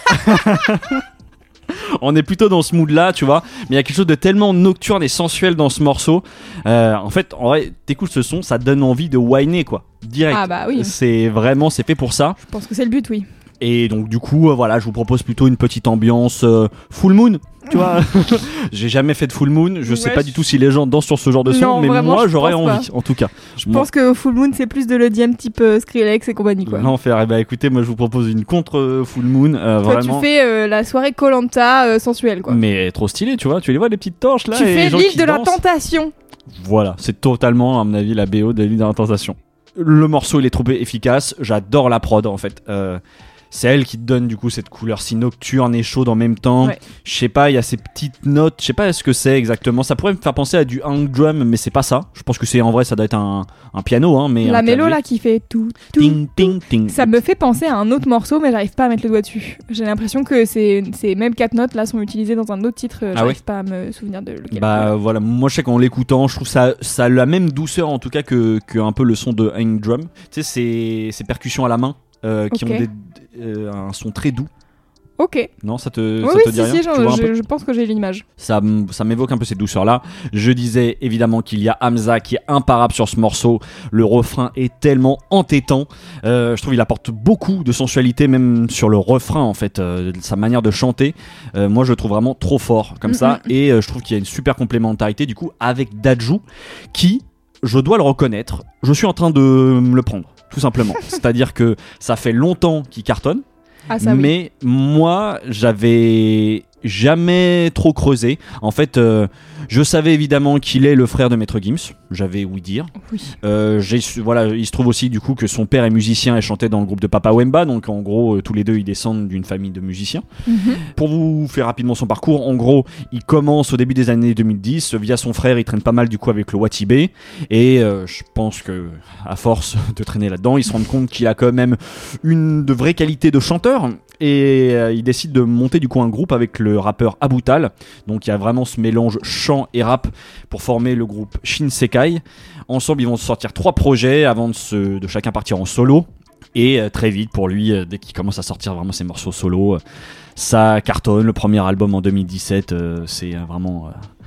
On est plutôt dans ce mood-là, tu vois. Mais il y a quelque chose de tellement nocturne et sensuel dans ce morceau. Euh, en fait, en vrai, t'écoutes ce son, ça te donne envie de whiner, quoi. Direct. Ah bah oui. C'est vraiment, c'est fait pour ça. Je pense que c'est le but, oui. Et donc du coup, euh, voilà, je vous propose plutôt une petite ambiance euh, full moon, tu vois. J'ai jamais fait de full moon, je sais Ouais, pas je- du tout si les gens dansent sur ce genre de son, Non, mais vraiment, moi je j'aurais pense envie, en tout cas. Je pense que Full Moon, c'est plus de l'E D M type euh, Skrillex et compagnie, quoi. L'enfer. Eh ben écoutez, moi je vous propose une contre euh, full moon, euh, Toi, vraiment. tu fais euh, la soirée Koh-Lanta euh, sensuelle, quoi. Mais trop stylé, tu vois. Tu les vois les petites torches là. tu et les fais gens l'île qui de la dansent. tentation. Voilà, c'est totalement à mon avis la B O de l'île de la tentation. Le morceau il est trop efficace, j'adore la prod en fait. Euh, c'est elle qui te donne du coup cette couleur si nocturne et chaude en même temps. Ouais. Je sais pas, il y a ces petites notes, je sais pas ce que c'est exactement. Ça pourrait me faire penser à du hang drum, mais c'est pas ça. Je pense que c'est en vrai, ça doit être un, un piano, hein, mais La un mélo clavier. là qui fait tout, tout, Ting, tout. ting, ting. Ça me fait penser à un autre morceau, mais j'arrive pas à mettre le doigt dessus. J'ai l'impression que ces, ces mêmes quatre notes là sont utilisées dans un autre titre. euh, Ah J'arrive ouais pas à me souvenir de lequel. Bah voilà, moi je sais qu'en l'écoutant, je trouve ça, ça a la même douceur en tout cas que, que un peu le son de hang drum. Tu sais, ces, ces percussions à la main euh, qui Ok. ont des, euh, un son très doux. Ok. Non, ça te, Oui, ça oui, te dit si, rien si, Tu j'en- vois un peu je, je pense que j'ai l'image. Ça, m- ça m'évoque un peu cette douceur-là. Je disais évidemment qu'il y a Hamza qui est imparable sur ce morceau. Le refrain est tellement entêtant. Euh, je trouve qu'il apporte beaucoup de sensualité, même sur le refrain en fait, euh, sa manière de chanter. Euh, moi, je le trouve vraiment trop fort comme ça. Et euh, je trouve qu'il y a une super complémentarité du coup avec Dadju, qui, je dois le reconnaître, je suis en train de me le prendre, tout simplement. C'est-à-dire que ça fait longtemps qu'il cartonne. Ah ça oui. Mais moi, j'avais jamais trop creusé. En fait, euh, je savais évidemment qu'il est le frère de Maître Gims. J'avais ouï dire. Oui. Euh, j'ai su- voilà, il se trouve aussi du coup que son père est musicien et chantait dans le groupe de Papa Wemba. Donc en gros, euh, tous les deux, ils descendent d'une famille de musiciens. Mhm. Pour vous faire rapidement son parcours, en gros, il commence au début des années deux mille dix. Via son frère, il traîne pas mal du coup avec le Watibé. Et euh, je pense que à force de traîner là-dedans, il se rend compte qu'il a quand même une de vraies qualités de chanteur. Et euh, il décide de monter du coup un groupe avec le rappeur Aboutal. Donc il y a vraiment ce mélange chant et rap pour former le groupe Shinsekai. Ensemble, ils vont sortir trois projets avant de, se, de chacun partir en solo. Et euh, très vite pour lui, euh, dès qu'il commence à sortir vraiment ses morceaux solo, euh, ça cartonne. Le premier album en deux mille dix-sept, euh, c'est euh, vraiment... Euh,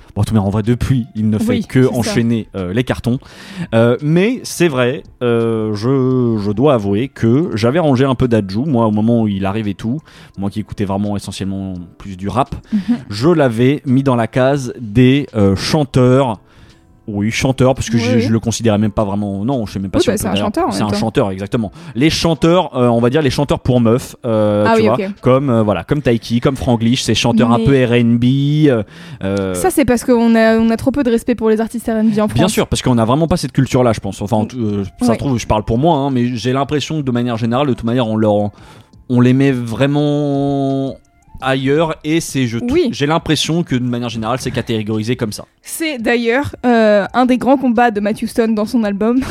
Bon, tout mais en vrai, depuis, il ne fait Oui, que c'est enchaîner euh, les cartons. Euh, mais c'est vrai, euh, je, je dois avouer que j'avais rangé un peu Dadju, moi, au moment où il arrive et tout. Moi qui écoutais vraiment essentiellement plus du rap, Mm-hmm. je l'avais mis dans la case des euh, chanteurs. Oui, chanteur, parce que Oui, je, oui. je le considérais même pas vraiment. Non, je sais même pas Oui, si bah, on c'est peut un d'ailleurs- chanteur, en C'est même un temps. chanteur, exactement. Les chanteurs, euh, on va dire les chanteurs pour meufs, euh, Ah tu oui, vois, ok. comme euh, voilà, comme Taiki, comme Franglish, ces chanteurs un Mais- peu R and B. euh, euh, Ça, c'est parce qu'on a, on a trop peu de respect pour les artistes R and B en France. Bien sûr, parce qu'on a vraiment pas cette culture-là, je pense. Enfin, en tout- euh, ça se Ouais. trouve, je parle pour moi, hein, mais j'ai l'impression que de manière générale, de toute manière, on leur, on les met vraiment ailleurs et c'est je Oui. j'ai l'impression que de manière générale c'est catégorisé comme ça. C'est d'ailleurs euh, un des grands combats de Matthew Stone dans son album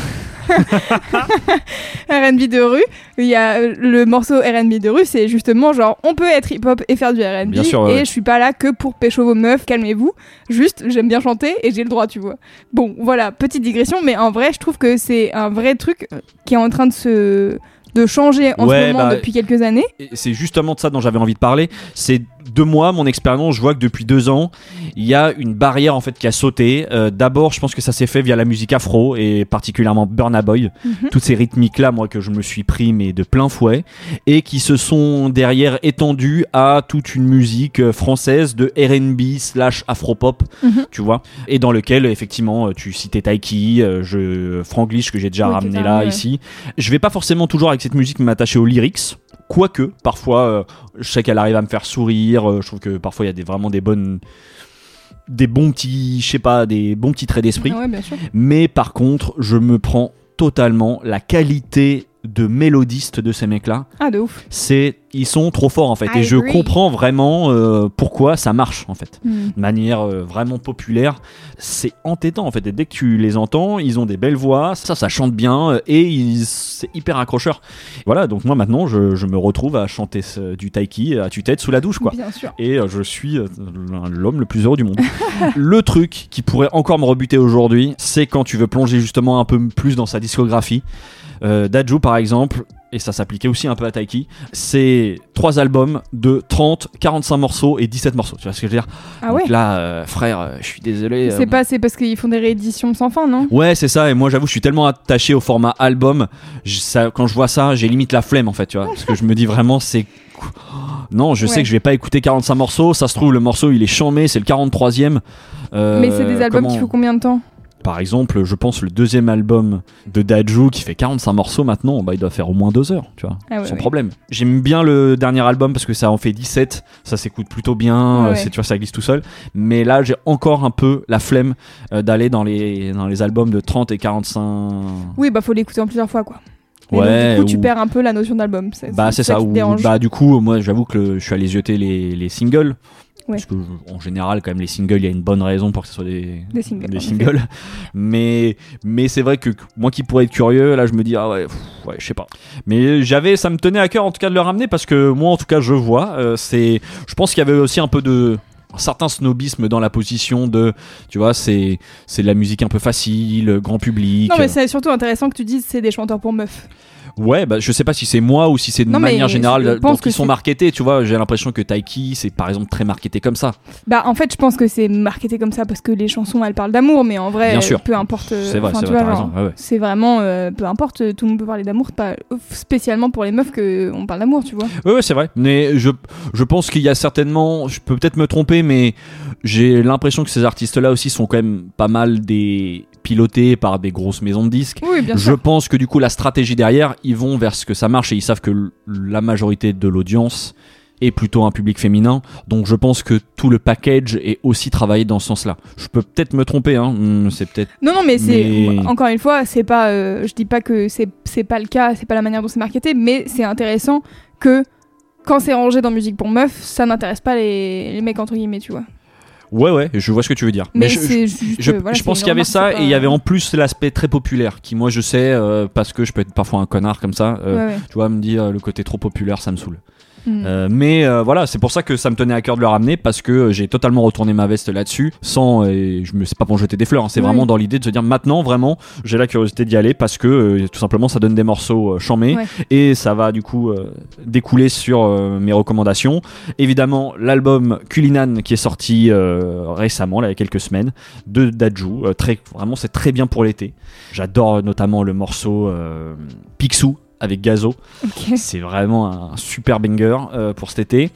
R and B de rue. Il y a euh, le morceau R and B de rue, c'est justement genre on peut être hip-hop et faire du R and B. Bien sûr, ouais, et ouais. je suis pas là que pour pécho vos meufs, calmez-vous. Juste, j'aime bien chanter et j'ai le droit, tu vois. Bon, voilà, petite digression, mais en vrai, je trouve que c'est un vrai truc euh, qui est en train de se de changer en Ouais, ce moment bah, depuis quelques années. Et c'est justement de ça dont j'avais envie de parler. C'est de moi, mon expérience, je vois que depuis deux ans, il y a une barrière en fait qui a sauté. Euh, d'abord, je pense que ça s'est fait via la musique afro et particulièrement Burna Boy. Mhm. Toutes ces rythmiques-là, moi, que je me suis pris mais de plein fouet et qui se sont derrière étendues à toute une musique euh, française de R and B slash afro-pop, Mhm. tu vois. Et dans lequel, effectivement, euh, tu citais Taiki, euh, je, Franglish que j'ai déjà Oui, ramené que t'as là, ramené, ouais. ici. Je vais pas forcément toujours avec cette musique m'attacher aux lyrics. Quoique, parfois, euh, je sais qu'elle arrive à me faire sourire. euh, je trouve que parfois, il y a des, vraiment des bonnes, des bons petits, je sais pas, des bons petits traits d'esprit. Ah ouais, bien sûr. Mais par contre, je me prends totalement la qualité de mélodiste de ces mecs-là. Ah, de ouf. C'est, ils sont trop forts en fait. I Et je agree. comprends vraiment euh, pourquoi ça marche en fait. Hmm. De manière euh, vraiment populaire, c'est entêtant en fait. Et dès que tu les entends, ils ont des belles voix, ça, ça chante bien euh, et ils, c'est hyper accrocheur. Voilà, donc moi maintenant, je, je me retrouve à chanter ce- du Taiki à tue-tête sous la douche quoi. Bien sûr. Et euh, je suis euh, l'homme le plus heureux du monde. Le truc qui pourrait encore me rebuter aujourd'hui, c'est quand tu veux plonger justement un peu plus dans sa discographie. Euh, Dadju par exemple, et ça s'appliquait aussi un peu à Taiki, c'est trois albums de trente, quarante-cinq morceaux et dix-sept morceaux. Tu vois ce que je veux dire? Ah ouais. Donc là, euh, frère, euh, je suis désolé. C'est euh, pas, c'est parce qu'ils font des rééditions sans fin, non? Ouais, c'est ça. Et moi, j'avoue, je suis tellement attaché au format album. Je- ça, quand je vois ça, j'ai limite la flemme en fait, tu vois, parce que je me dis vraiment, c'est non, je Ouais. sais que je vais pas écouter quarante-cinq morceaux. Ça se trouve, le morceau il est chambé, c'est le quarante-troisième. Euh, Mais c'est des albums comment- qui font combien de temps? Par exemple, je pense le deuxième album de Dadju qui fait quarante-cinq morceaux maintenant, bah il doit faire au moins deux heures, tu vois, Ah ouais, sans ouais. problème. J'aime bien le dernier album parce que ça en fait dix-sept, ça s'écoute plutôt bien, Ouais, euh, ouais. c'est, tu vois, ça glisse tout seul. Mais là, j'ai encore un peu la flemme euh, d'aller dans les, dans les albums de trente et quarante-cinq. Oui, bah faut l'écouter en plusieurs fois, quoi. Et Ouais, donc, du coup, tu ou- perds un peu la notion d'album. C'est, Bah c'est ça, qui te ou dérange. bah du coup moi j'avoue que le- je suis allé jeter les, les singles. Ouais. Parce que je- en général quand même les singles il y a une bonne raison pour que ce soit des, Des singles, en des effet. singles. mais mais c'est vrai que moi qui pourrais être curieux là je me dis ah ouais pff, ouais je sais pas. Mais j'avais ça me tenait à cœur en tout cas de le ramener parce que moi en tout cas je vois euh, c'est je pense qu'il y avait aussi un peu de un certain snobisme dans la position de tu vois c'est c'est de la musique un peu facile grand public. Non, mais c'est surtout intéressant que tu dises c'est des chanteurs pour meufs. Ouais, bah, je sais pas si c'est moi ou si c'est de Non, mais manière je générale pense dont que ils sont c'est- marketés, tu vois. J'ai l'impression que Taiki, c'est par exemple très marketé comme ça. Bah, en fait, je pense que c'est marketé comme ça parce que les chansons elles parlent d'amour, mais en vrai, Bien sûr. peu importe. euh, C'est vrai, enfin, c'est tu vrai, vois, t'as genre, raison. Ouais, ouais. C'est vraiment euh, peu importe, tout le monde peut parler d'amour, c'est pas spécialement pour les meufs qu'on parle d'amour, tu vois. Ouais, ouais, c'est vrai. Mais je, je pense qu'il y a certainement, je peux peut-être me tromper, mais j'ai l'impression que ces artistes-là aussi sont quand même pas mal des pilotés par des grosses maisons de disques. Oui, bien Je sûr. pense que du coup, la stratégie derrière, ils vont vers ce que ça marche et ils savent que l- la majorité de l'audience est plutôt un public féminin. Donc je pense que tout le package est aussi travaillé dans ce sens-là. Je peux peut-être me tromper, hein. Hum, c'est peut-être. Non, non, mais c'est Mais- encore une fois, c'est pas. euh, je dis pas que c'est c'est pas le cas, c'est pas la manière dont c'est marketé, mais c'est intéressant que quand c'est rangé dans musique pour meufs, ça n'intéresse pas les, les mecs entre guillemets, tu vois. Ouais, ouais, je vois ce que tu veux dire. Mais, je, c'est juste. je, euh, voilà, je c'est pense une qu'il y avait remarque, ça c'est pas- et il y avait en plus l'aspect très populaire qui, moi, je sais, euh, parce que je peux être parfois un connard comme ça, euh, Ouais, ouais. tu vois, me dire euh, le côté trop populaire, ça me saoule. Mm. Euh, mais euh, voilà, c'est pour ça que ça me tenait à cœur de le ramener, parce que j'ai totalement retourné ma veste là-dessus, sans, et je me c'est pas pour jeter des fleurs, hein, c'est Oui. vraiment dans l'idée de se dire maintenant vraiment j'ai la curiosité d'y aller, parce que euh, tout simplement ça donne des morceaux euh, chamés, Ouais. et ça va du coup euh, découler sur euh, mes recommandations. Évidemment l'album Culinan qui est sorti euh, récemment, là, il y a quelques semaines, de Dadju, euh, très, vraiment c'est très bien pour l'été. J'adore notamment le morceau euh, Picsou avec Gazo. Ok. C'est vraiment un super banger euh, pour cet été.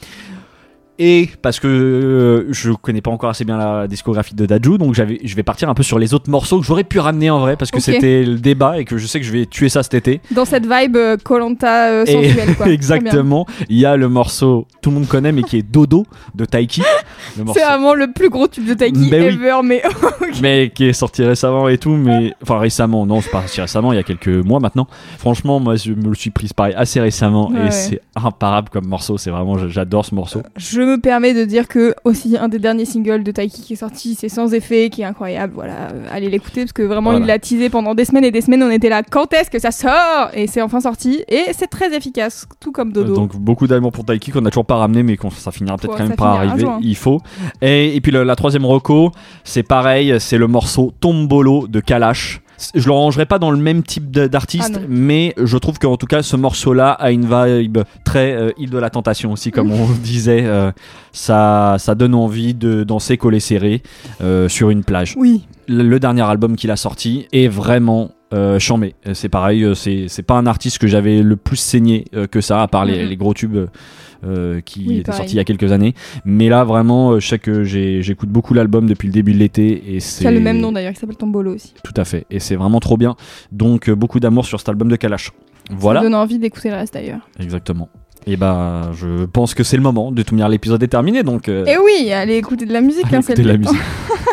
Et parce que euh, je connais pas encore assez bien la discographie de Dadju, donc j'avais, je vais partir un peu sur les autres morceaux que j'aurais pu ramener en vrai, parce que Ok. c'était le débat et que je sais que je vais tuer ça cet été. Dans cette vibe euh, Koh-Lanta euh, Et sensuelle, quoi. exactement, il y a le morceau tout le monde connaît mais qui est Dodo de Taiki. Le morceau, C'est vraiment le plus gros tube de Taiki Ben oui. ever, mais mais qui est sorti récemment et tout, mais enfin récemment, non c'est pas sorti récemment, il y a quelques mois maintenant. Franchement moi je me le suis prise pareil assez récemment Ouais, et ouais. c'est imparable comme morceau, c'est vraiment, j'adore ce morceau. je me permets de dire que aussi un des derniers singles de Taiki qui est sorti, c'est Sans Effet, qui est incroyable. Voilà, euh, allez l'écouter parce que vraiment Voilà. il l'a teasé pendant des semaines et des semaines. On était là, quand est-ce que ça sort? Et c'est enfin sorti et c'est très efficace, tout comme Dodo. Donc beaucoup d'amour pour Taiki qu'on n'a toujours pas ramené, mais qu'on, ça finira peut-être Ouais, quand même ça par finira un arriver, jour, hein. il faut. Et, et puis le- la troisième reco, c'est pareil, c'est le morceau Tombolo de Kalash. Je le rangerai pas dans le même type de- d'artiste, Ah non. mais je trouve qu'en tout cas ce morceau-là a une vibe très euh, île de la tentation aussi, comme on disait. euh, ça, ça donne envie de danser collé serré euh, sur une plage. Oui. Le, le dernier album qu'il a sorti est vraiment euh, chambé. Euh, C'est pareil, euh, c'est, c'est pas un artiste que j'avais le plus saigné euh, que ça, à part les, Mhm. les gros tubes euh, qui Oui, étaient pareil. sortis il y a quelques années. Mais là, vraiment, euh, je sais que j'ai, j'écoute beaucoup l'album depuis le début de l'été. Et c'est Qui a le même nom d'ailleurs, qui s'appelle Tombolo aussi. Tout à fait. Et c'est vraiment trop bien. Donc, euh, beaucoup d'amour sur cet album de Kalash. Ça Voilà. me donne envie d'écouter le reste d'ailleurs. Exactement. Et bah, je pense que c'est le moment. De toute manière, l'épisode est terminé. Donc, euh, Et oui, allez écouter de la musique. allez hein, écouter c'est de la le temps. musique.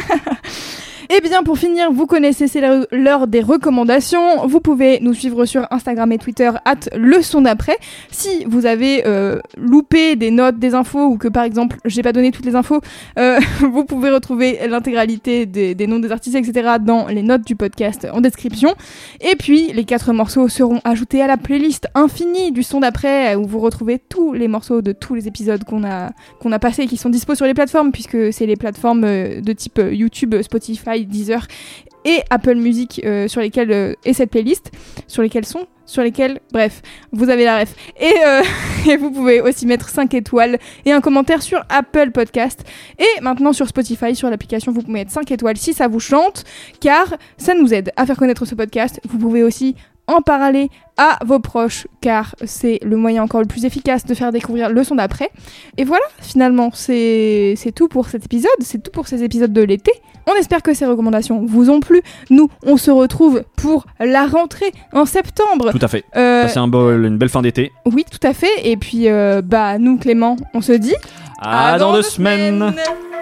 Et bien pour finir, vous connaissez, c'est l'heure- l'heure des recommandations. Vous pouvez nous suivre sur Instagram et Twitter at le son d'après. Si vous avez euh, loupé des notes, des infos, ou que par exemple j'ai pas donné toutes les infos, euh, vous pouvez retrouver l'intégralité des, des noms des artistes, et cetera dans les notes du podcast en description. Et puis les quatre morceaux seront ajoutés à la playlist infinie du son d'après, où vous retrouvez tous les morceaux de tous les épisodes qu'on a qu'on a passés et qui sont dispo sur les plateformes, puisque c'est les plateformes euh, de type euh, YouTube, Spotify, Deezer et Apple Music euh, sur lesquelles euh, est cette playlist, sur lesquelles sont, sur lesquelles, bref, vous avez la ref. Et, euh, et vous pouvez aussi mettre cinq étoiles et un commentaire sur Apple Podcast. Et maintenant sur Spotify, sur l'application, vous pouvez mettre cinq étoiles si ça vous chante, car ça nous aide à faire connaître ce podcast. Vous pouvez aussi en parler à vos proches, car c'est le moyen encore le plus efficace de faire découvrir le son d'après. Et voilà, finalement, c'est c'est tout pour cet épisode, c'est tout pour ces épisodes de l'été. On espère que ces recommandations vous ont plu. Nous, on se retrouve pour la rentrée en septembre. Tout à fait. Euh, Passez un beau- une belle fin d'été. oui, tout à fait. Et puis, euh, bah, nous, Clément, on se dit... À dans deux semaines.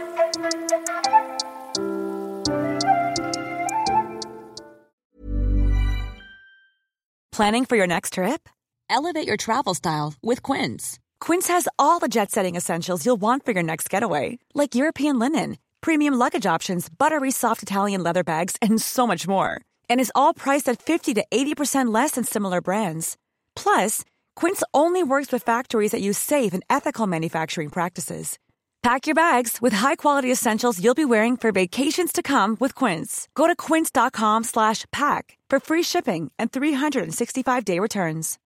Planning for your next trip? Elevate your travel style with Quince. Quince has all the jet-setting essentials you'll want for your next getaway, like European linen, premium luggage options, buttery soft Italian leather bags, and so much more. And is all priced at fifty to eighty percent less than similar brands. Plus, Quince only works with factories that use safe and ethical manufacturing practices. Pack your bags with high-quality essentials you'll be wearing for vacations to come with Quince. Go to quince.com slash pack for free shipping and three sixty-five day returns.